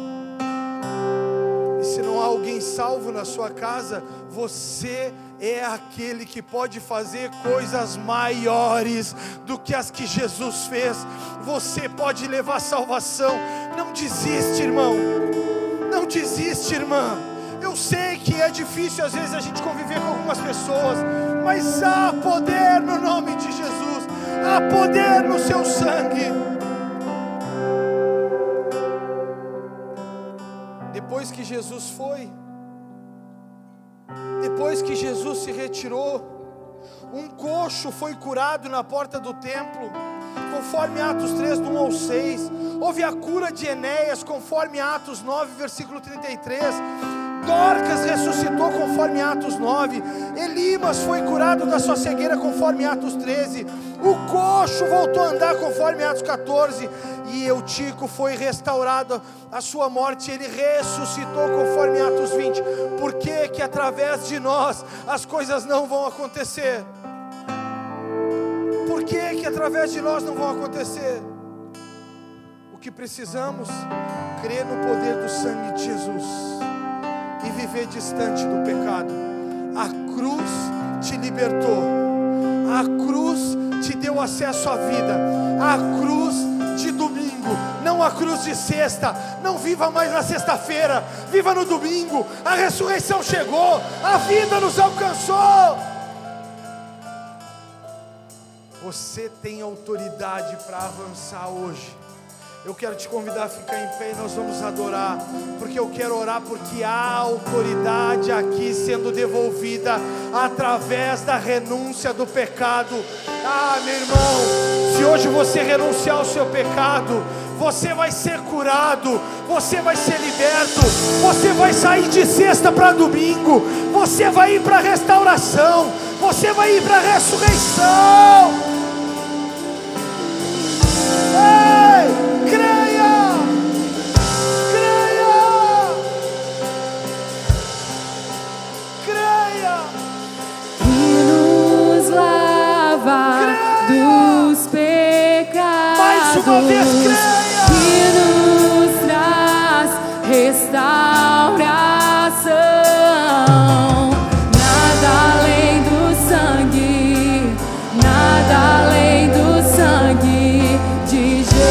E se não há alguém salvo na sua casa, você é aquele que pode fazer coisas maiores do que as que Jesus fez. Você pode levar salvação. Não desiste, irmão. Não desiste, irmã. Eu sei que é difícil às vezes a gente conviver com algumas pessoas, mas há poder no nome de Jesus. Há poder no seu sangue. Depois que Jesus foi, depois que Jesus se retirou, um coxo foi curado na porta do templo, conforme Atos 3, do 1 ao 6. Houve a cura de Enéas, conforme Atos 9, versículo 33. Dorcas ressuscitou, conforme Atos 9. Elimas foi curado da sua cegueira, conforme Atos 13. O coxo voltou a andar, conforme Atos 14. E Eutico foi restaurado a sua morte, ele ressuscitou, conforme Atos 20. Por que através de nós as coisas não vão acontecer? Por que através de nós não vão acontecer? O que precisamos? Crer no poder do sangue de Jesus e viver distante do pecado. A cruz te libertou, a cruz te deu acesso à vida, a cruz de domingo, não a cruz de sexta. Não viva mais na sexta-feira, viva no domingo. A ressurreição chegou, a vida nos alcançou. Você tem autoridade para avançar hoje. Eu quero te convidar a ficar em pé e nós vamos adorar, porque eu quero orar, porque há autoridade aqui sendo devolvida através da renúncia do pecado. Meu irmão, se hoje você renunciar ao seu pecado, você vai ser curado, você vai ser liberto, você vai sair de sexta para domingo, você vai ir para a restauração, você vai ir para a ressurreição. Dos pecados, mais uma vez, creia, que nos traz restauração. Nada além do sangue, nada além do sangue de Jesus,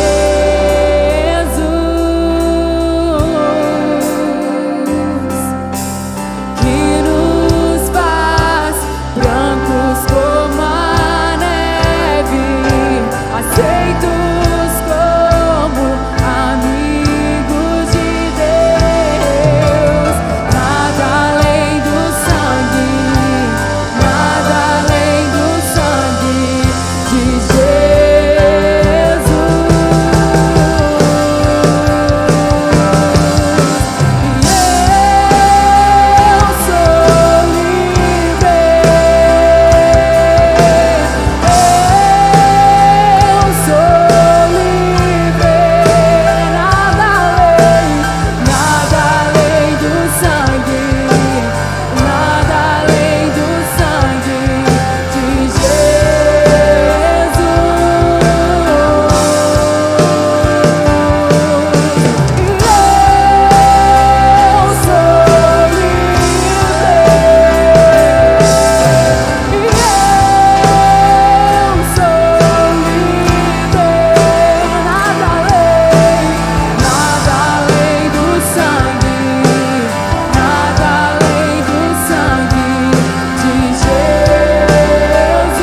que nos faz brancos como a neve, aceitos como amigos de Deus. Nada além do sangue, nada além do sangue de Jesus. Eu sou livre, nada além do sangue, nada além do sangue de Jesus. Eu sou nada além do sangue, nada além do sangue de Jesus.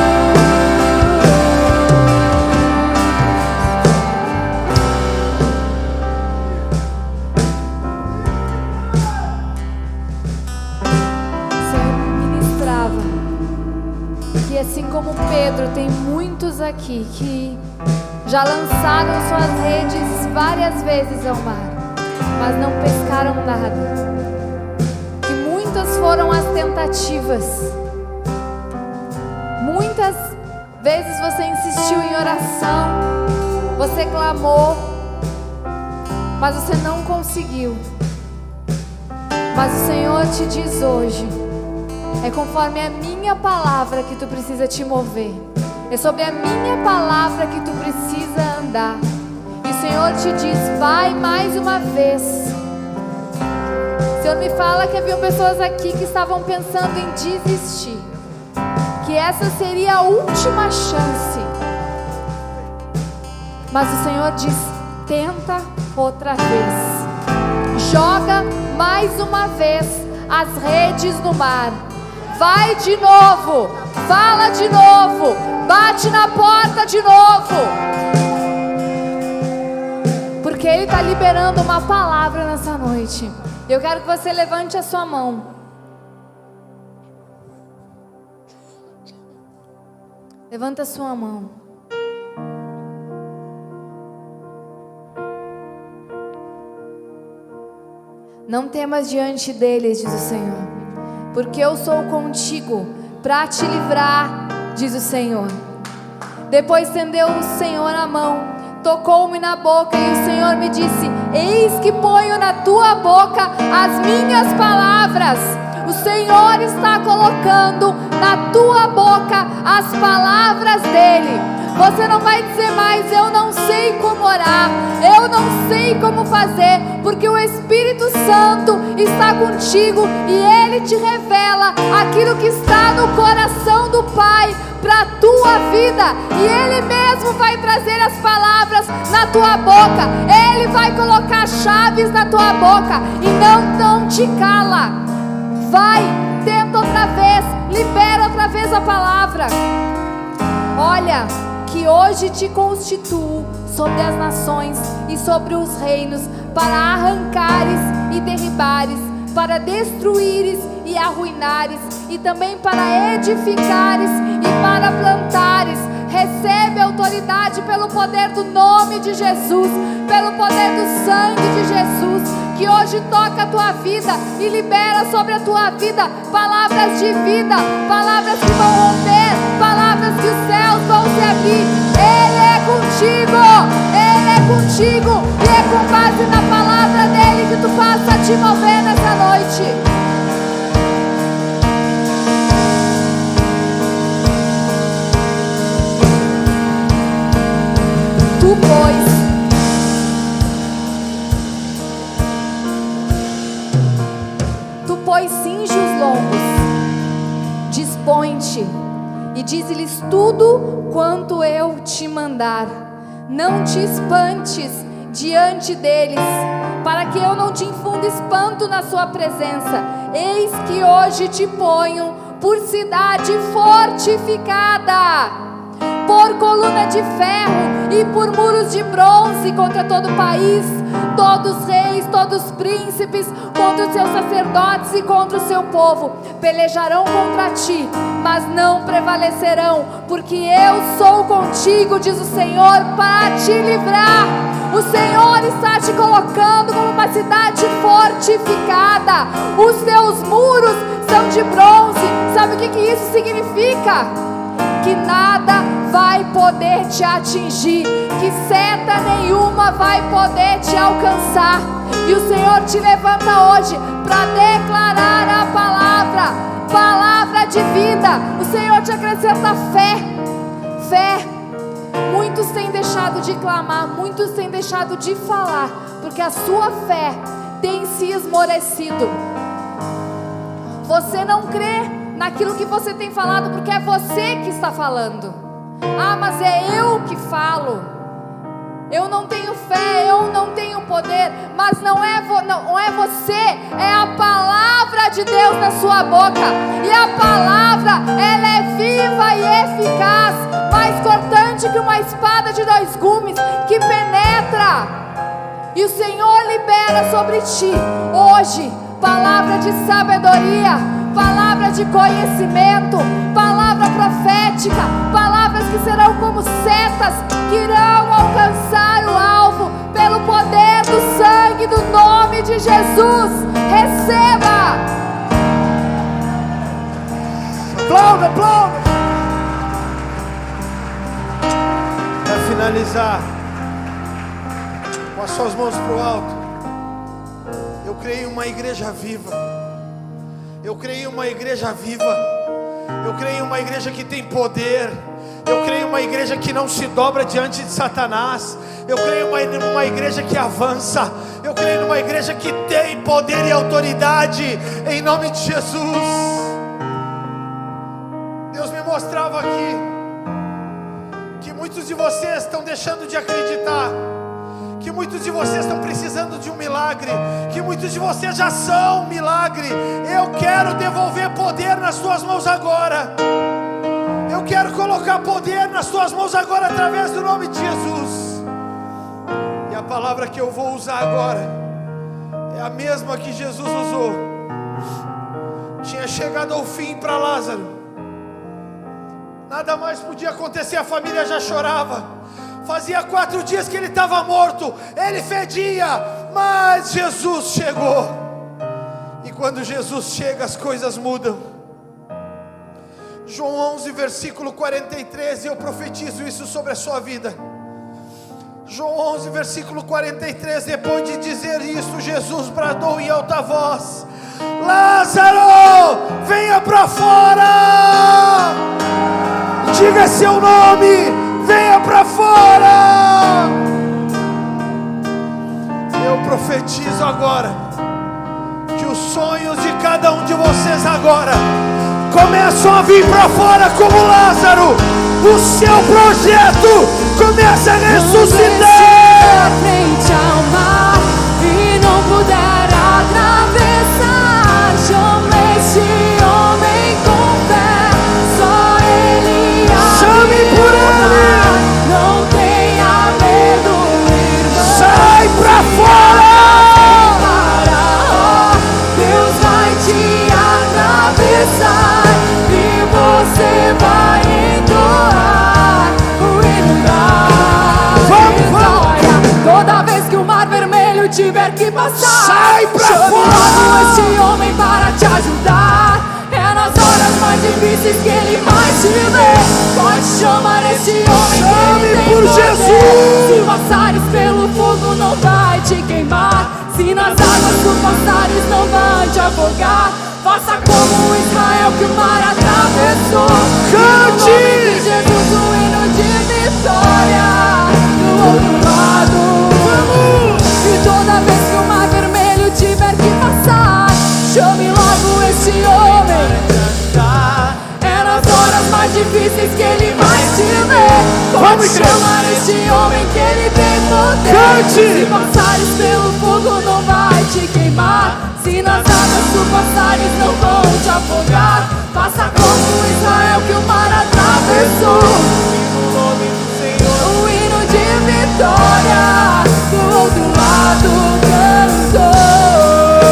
O Senhor ministrava que, assim como Pedro, tem muitos aqui que já lançaram suas redes várias vezes ao mar, mas não pescaram nada. Que muitas foram as tentativas, muitas vezes você insistiu em oração, você clamou, mas você não conseguiu. Mas o Senhor te diz hoje É conforme a minha palavra que tu precisa te mover. É sobre a minha palavra que tu precisa andar. E o Senhor te diz: vai mais uma vez. O Senhor me fala que haviam pessoas aqui que estavam pensando em desistir, que essa seria a última chance. Mas o Senhor diz: tenta outra vez. Joga mais uma vez as redes no mar. Vai de novo. Fala de novo. Bate na porta de novo. Porque Ele está liberando uma palavra nessa noite. Eu quero que você levante a sua mão. Levanta a sua mão. Não temas diante deles, diz o Senhor, porque eu sou contigo para te livrar, diz o Senhor. Depois estendeu o Senhor a mão, tocou-me na boca e o Senhor me disse: eis que ponho na tua boca as minhas palavras. O Senhor está colocando na tua boca as palavras dEle. Você não vai dizer mais: eu não sei como orar, eu não sei como fazer, porque o Espírito Santo está contigo e Ele te revela aquilo que está no coração do Pai para a tua vida. E Ele mesmo vai trazer as palavras na tua boca. Ele vai colocar chaves na tua boca e não te cala. Vai, tenta outra vez, libera outra vez a palavra. Olha, que hoje te constituo sobre as nações e sobre os reinos, para arrancares e derribares, para destruíres e arruinares, e também para edificares e para plantares. Recebe autoridade pelo poder do nome de Jesus, pelo poder do sangue de Jesus, que hoje toca a tua vida e libera sobre a tua vida palavras de vida, palavras que vão romper, palavras que os céus vão se abrir. Ele é contigo, e é com base na palavra dele que tu passa a te mover nessa noite. Tu, pois, cinge os lombos, dispõe-te e dize-lhes tudo quanto eu te mandar. Não te espantes diante deles, para que eu não te infunda espanto na sua presença. Eis que hoje te ponho por cidade fortificada, por coluna de ferro e por muros de bronze contra todo o país, todos os reis, todos os príncipes, contra os seus sacerdotes e contra o seu povo. Pelejarão contra ti, mas não prevalecerão, porque eu sou contigo, diz o Senhor, para te livrar. O Senhor está te colocando como uma cidade fortificada. Os teus muros são de bronze. Sabe o que isso significa? Que nada vai poder te atingir, que seta nenhuma vai poder te alcançar. E o Senhor te levanta hoje para declarar a palavra de vida. O Senhor te acrescenta fé. Muitos têm deixado de clamar, muitos têm deixado de falar, porque a sua fé tem se esmorecido. Você não crê naquilo que você tem falado, porque é você que está falando. Ah, mas é eu que falo. Eu não tenho fé, eu não tenho poder. Mas não é você, é a palavra de Deus na sua boca. E a palavra, ela é viva e eficaz, mais cortante que uma espada de 2 gumes, que penetra. E o Senhor libera sobre ti hoje palavra de sabedoria, palavra de conhecimento, palavra profética, palavras que serão como setas, que irão alcançar o alvo pelo poder do sangue do nome de Jesus. Receba! Aplauda. Para finalizar, com as suas mãos para o alto, eu creio em uma igreja viva. Eu creio em uma igreja viva. Eu creio em uma igreja que tem poder. Eu creio em uma igreja que não se dobra diante de Satanás. Eu creio em uma igreja que avança. Eu creio em uma igreja que tem poder e autoridade, em nome de Jesus. Deus me mostrava aqui que muitos de vocês estão deixando de acreditar, que muitos de vocês estão precisando de um milagre, que muitos de vocês já são um milagre. Eu quero devolver poder nas tuas mãos agora. Eu quero colocar poder nas tuas mãos agora, através do nome de Jesus. E a palavra que eu vou usar agora é a mesma que Jesus usou. Tinha chegado ao fim para Lázaro. Nada mais podia acontecer, a família já chorava. Fazia 4 dias que ele estava morto, ele fedia, mas Jesus chegou. E quando Jesus chega, as coisas mudam. João 11, versículo 43, e eu profetizo isso sobre a sua vida. João 11, versículo 43, depois de dizer isso, Jesus bradou em alta voz: Lázaro, venha para fora. Diga seu nome, venha para fora. Eu profetizo agora que os sonhos de cada um de vocês agora começam a vir para fora como Lázaro. O seu projeto começa a ressuscitar. Frente ao mar e não puder atravessar, chama esse homem com fé, só ele chame por ele. Não tenha medo, irmão. Sai pra fora. Deus vai te atravessar e você vai entoar o hino da vitória. Toda vez que o mar vermelho tiver que passar, sai pra chame fora. logo esse homem para te ajudar. É nas horas mais difíceis que ele mais te vê. Pode chamar esse homem, chame que ele tem por poder. Jesus. Se passares pelo fogo não vai te queimar, se nas águas tu passares não vai te afogar. Faça como Israel que o mar atravessou. Cante! No nome de Jesus, o hino de vitória. Do outro lado, vamos! E toda vez que o mar vermelho tiver que passar, chame logo esse homem. É nas horas mais difíceis que ele mais te vê. Pode chamar esse homem que ele tem poder. Cante! Se passares pelo fogo não vai te queimar, se nas águas tu passares não vão te afogar. Faça como Israel que o mar atravessou. No nome do Senhor, O hino de vitória do outro lado cantou.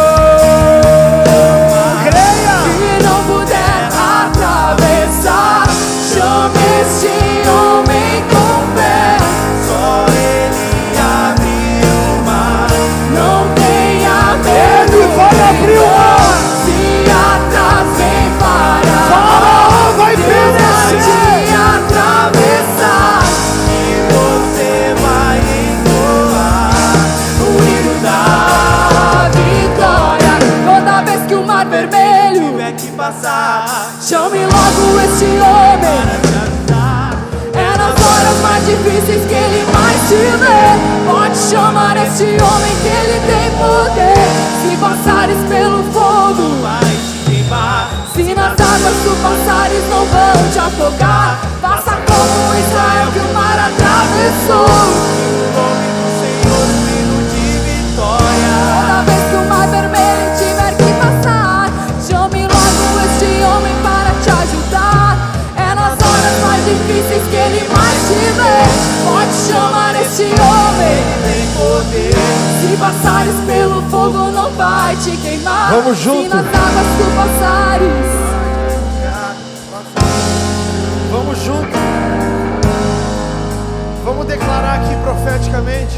creia. Se não puder atravessar, chame esse homem com fé, Só ele abriu o mar. não tenha medo. Ele vai abrir o mar. Se atrás vem parar, Faraó vai Deus vai perecer. te atravessar E você vai entoar o hino da vitória. Toda vez que o mar vermelho tiver que passar. chame logo esse homem. É nas horas mais difíceis que ele mais te vê. Pode chamar esse homem que ele tem poder. Se passares pelo fogo, Vai te queimar. se nas águas tu passares não vão te afogar. Faça como Israel que o mar atravessou. No nome do Senhor, o hino de vitória. Toda vez que o mar vermelho tiver que passar, chame logo esse homem para te ajudar. É nas horas mais difíceis que ele mais te vê. Pode chamar esse homem, Tem poder. se passares pelo fogo não vai te queimar. Vamos Se junto. nas águas tu passares. Vamos junto. Vamos declarar aqui profeticamente.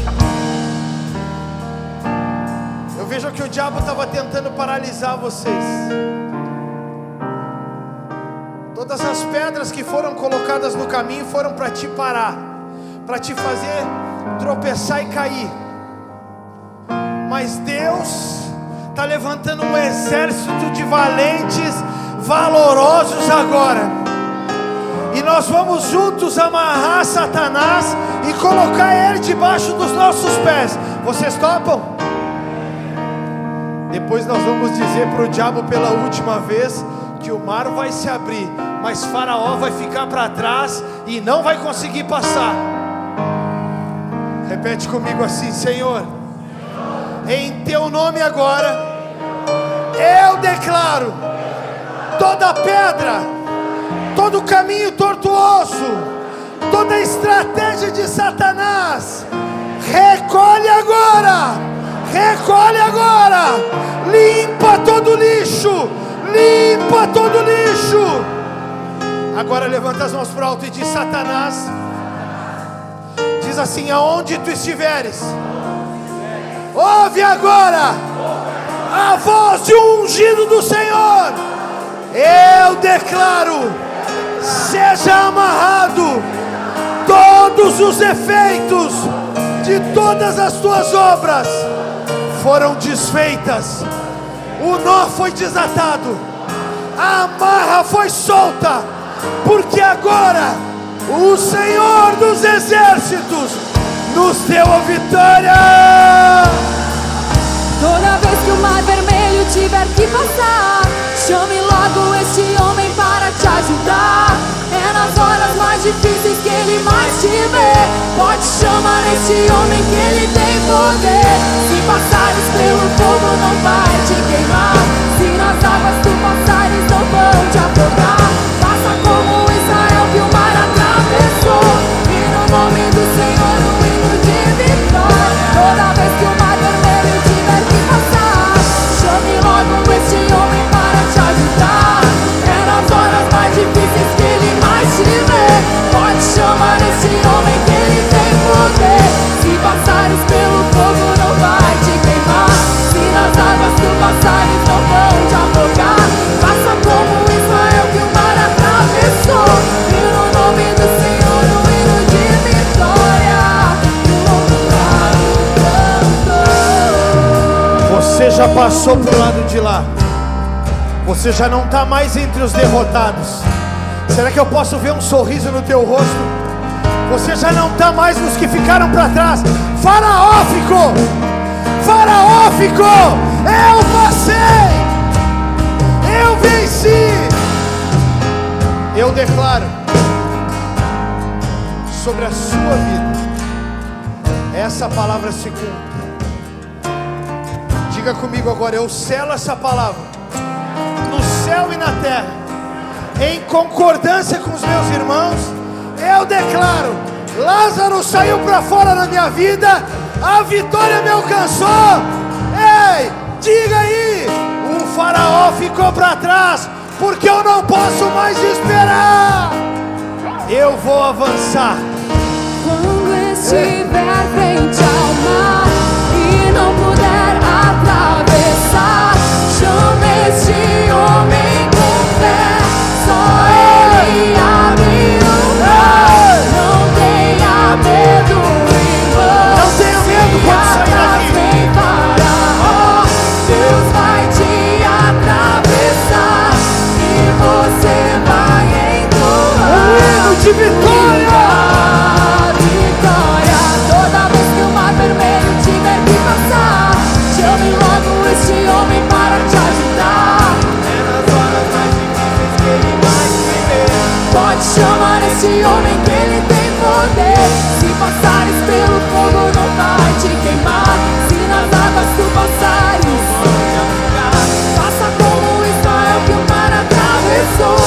Eu vejo que o diabo estava tentando paralisar vocês. Todas as pedras que foram colocadas no caminho foram para te parar, para te fazer tropeçar e cair. Mas Deus está levantando um exército de valentes, valorosos agora. E nós vamos juntos amarrar Satanás e colocar ele debaixo dos nossos pés. Vocês topam? Depois nós vamos dizer para o diabo pela última vez que o mar vai se abrir, mas Faraó vai ficar para trás e não vai conseguir passar. Repete comigo assim: Senhor, em teu nome agora, eu declaro toda pedra, todo caminho tortuoso, toda estratégia de Satanás, recolhe agora, limpa todo lixo, limpa todo lixo. Agora levanta as mãos para o alto e diz: Satanás, diz assim: aonde tu estiveres, ouve agora a voz de um ungido do Senhor. Eu declaro: seja amarrado todos os efeitos de todas as tuas obras, foram desfeitas, o nó foi desatado, a amarra foi solta, porque agora o Senhor dos exércitos nos deu a vitória. Toda vez que o mar vermelho tiver que passar, chame logo este homem para te ajudar. É nas horas mais difíceis que ele mais te vê. Pode chamar este homem que ele tem poder. Se passares pelo fogo não vai te queimar, se nas águas tu passares não vão te afogar. Faça como Israel que o mar atravessou, e no nome do Senhor um hino de vitória. Toda vez que o mar vermelho tiver que passar, chame logo este homem para te ajudar. É nas horas mais difíceis que ele mais te vê. Pode chamar este homem que ele tem poder. Se passares pelo fogo não vai te queimar, se nas águas tu passares não vão te afogar. Faça como Israel que o mar atravessou, e no nome do Senhor um hino de vitória. Você já passou pro lado de lá, você já não está mais entre os derrotados. Será que eu posso ver um sorriso no teu rosto? Você já não está mais nos que ficaram para trás. Faraó ficou, Faraó ficou. Eu passei, eu venci. Eu declaro sobre a sua vida, essa palavra se cumpre. Diga comigo agora: eu selo essa palavra no céu e na terra, em concordância com os meus irmãos. Eu declaro: Lázaro saiu para fora da minha vida, a vitória me alcançou. Ei, diga aí: o Faraó ficou para trás, porque eu não posso mais esperar. Eu vou avançar. Quando estiver frente ao mar e não puder atravessar, chame este homem com fé, só ele abre o mar. Não tenha medo, irmão. Não tenha medo quando sair daqui. Vem Faraó, Deus vai te atravessar e você vai entoar Um hino de vitória. Vitória. Toda vez que o mar vermelho tiver que passar, chame logo este homem para te ajudar. É nas horas mais difíceis que ele vai te ver. Pode chamar este homem que ele tem poder. Se passares pelo fogo não vai te queimar, se nas águas tu passares não vão te afogar. Faça como Israel que o mar atravessou.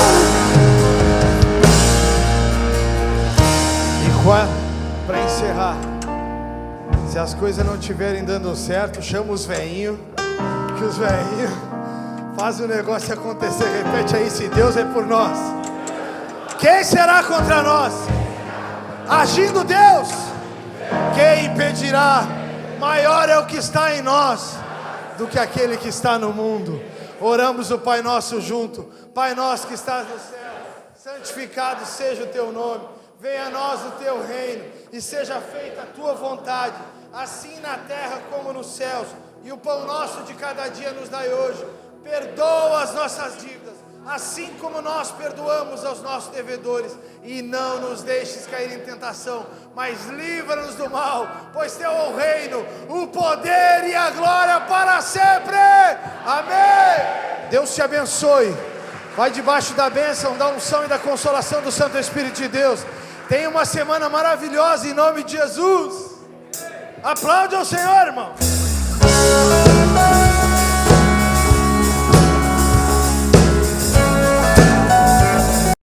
Para encerrar, se as coisas não estiverem dando certo, chama os velhinhos, que os velhinhos fazem o negócio acontecer. Repete aí: se Deus é por nós, quem será contra nós? Agindo Deus, quem impedirá? Maior é o que está em nós do que aquele que está no mundo. Oramos o Pai Nosso junto. Pai nosso que estás no céu, santificado seja o teu nome. Venha a nós o teu reino, e seja feita a tua vontade, assim na terra como nos céus. e o pão nosso de cada dia nos dai hoje. Perdoa as nossas dívidas, assim como nós perdoamos aos nossos devedores, e não nos deixes cair em tentação, mas livra-nos do mal, pois teu é o reino, o poder e a glória para sempre. Amém. Deus te abençoe. Vai debaixo da bênção, da unção e da consolação do Santo Espírito de Deus. Tenha uma semana maravilhosa em nome de Jesus. Aplaude ao Senhor, irmão.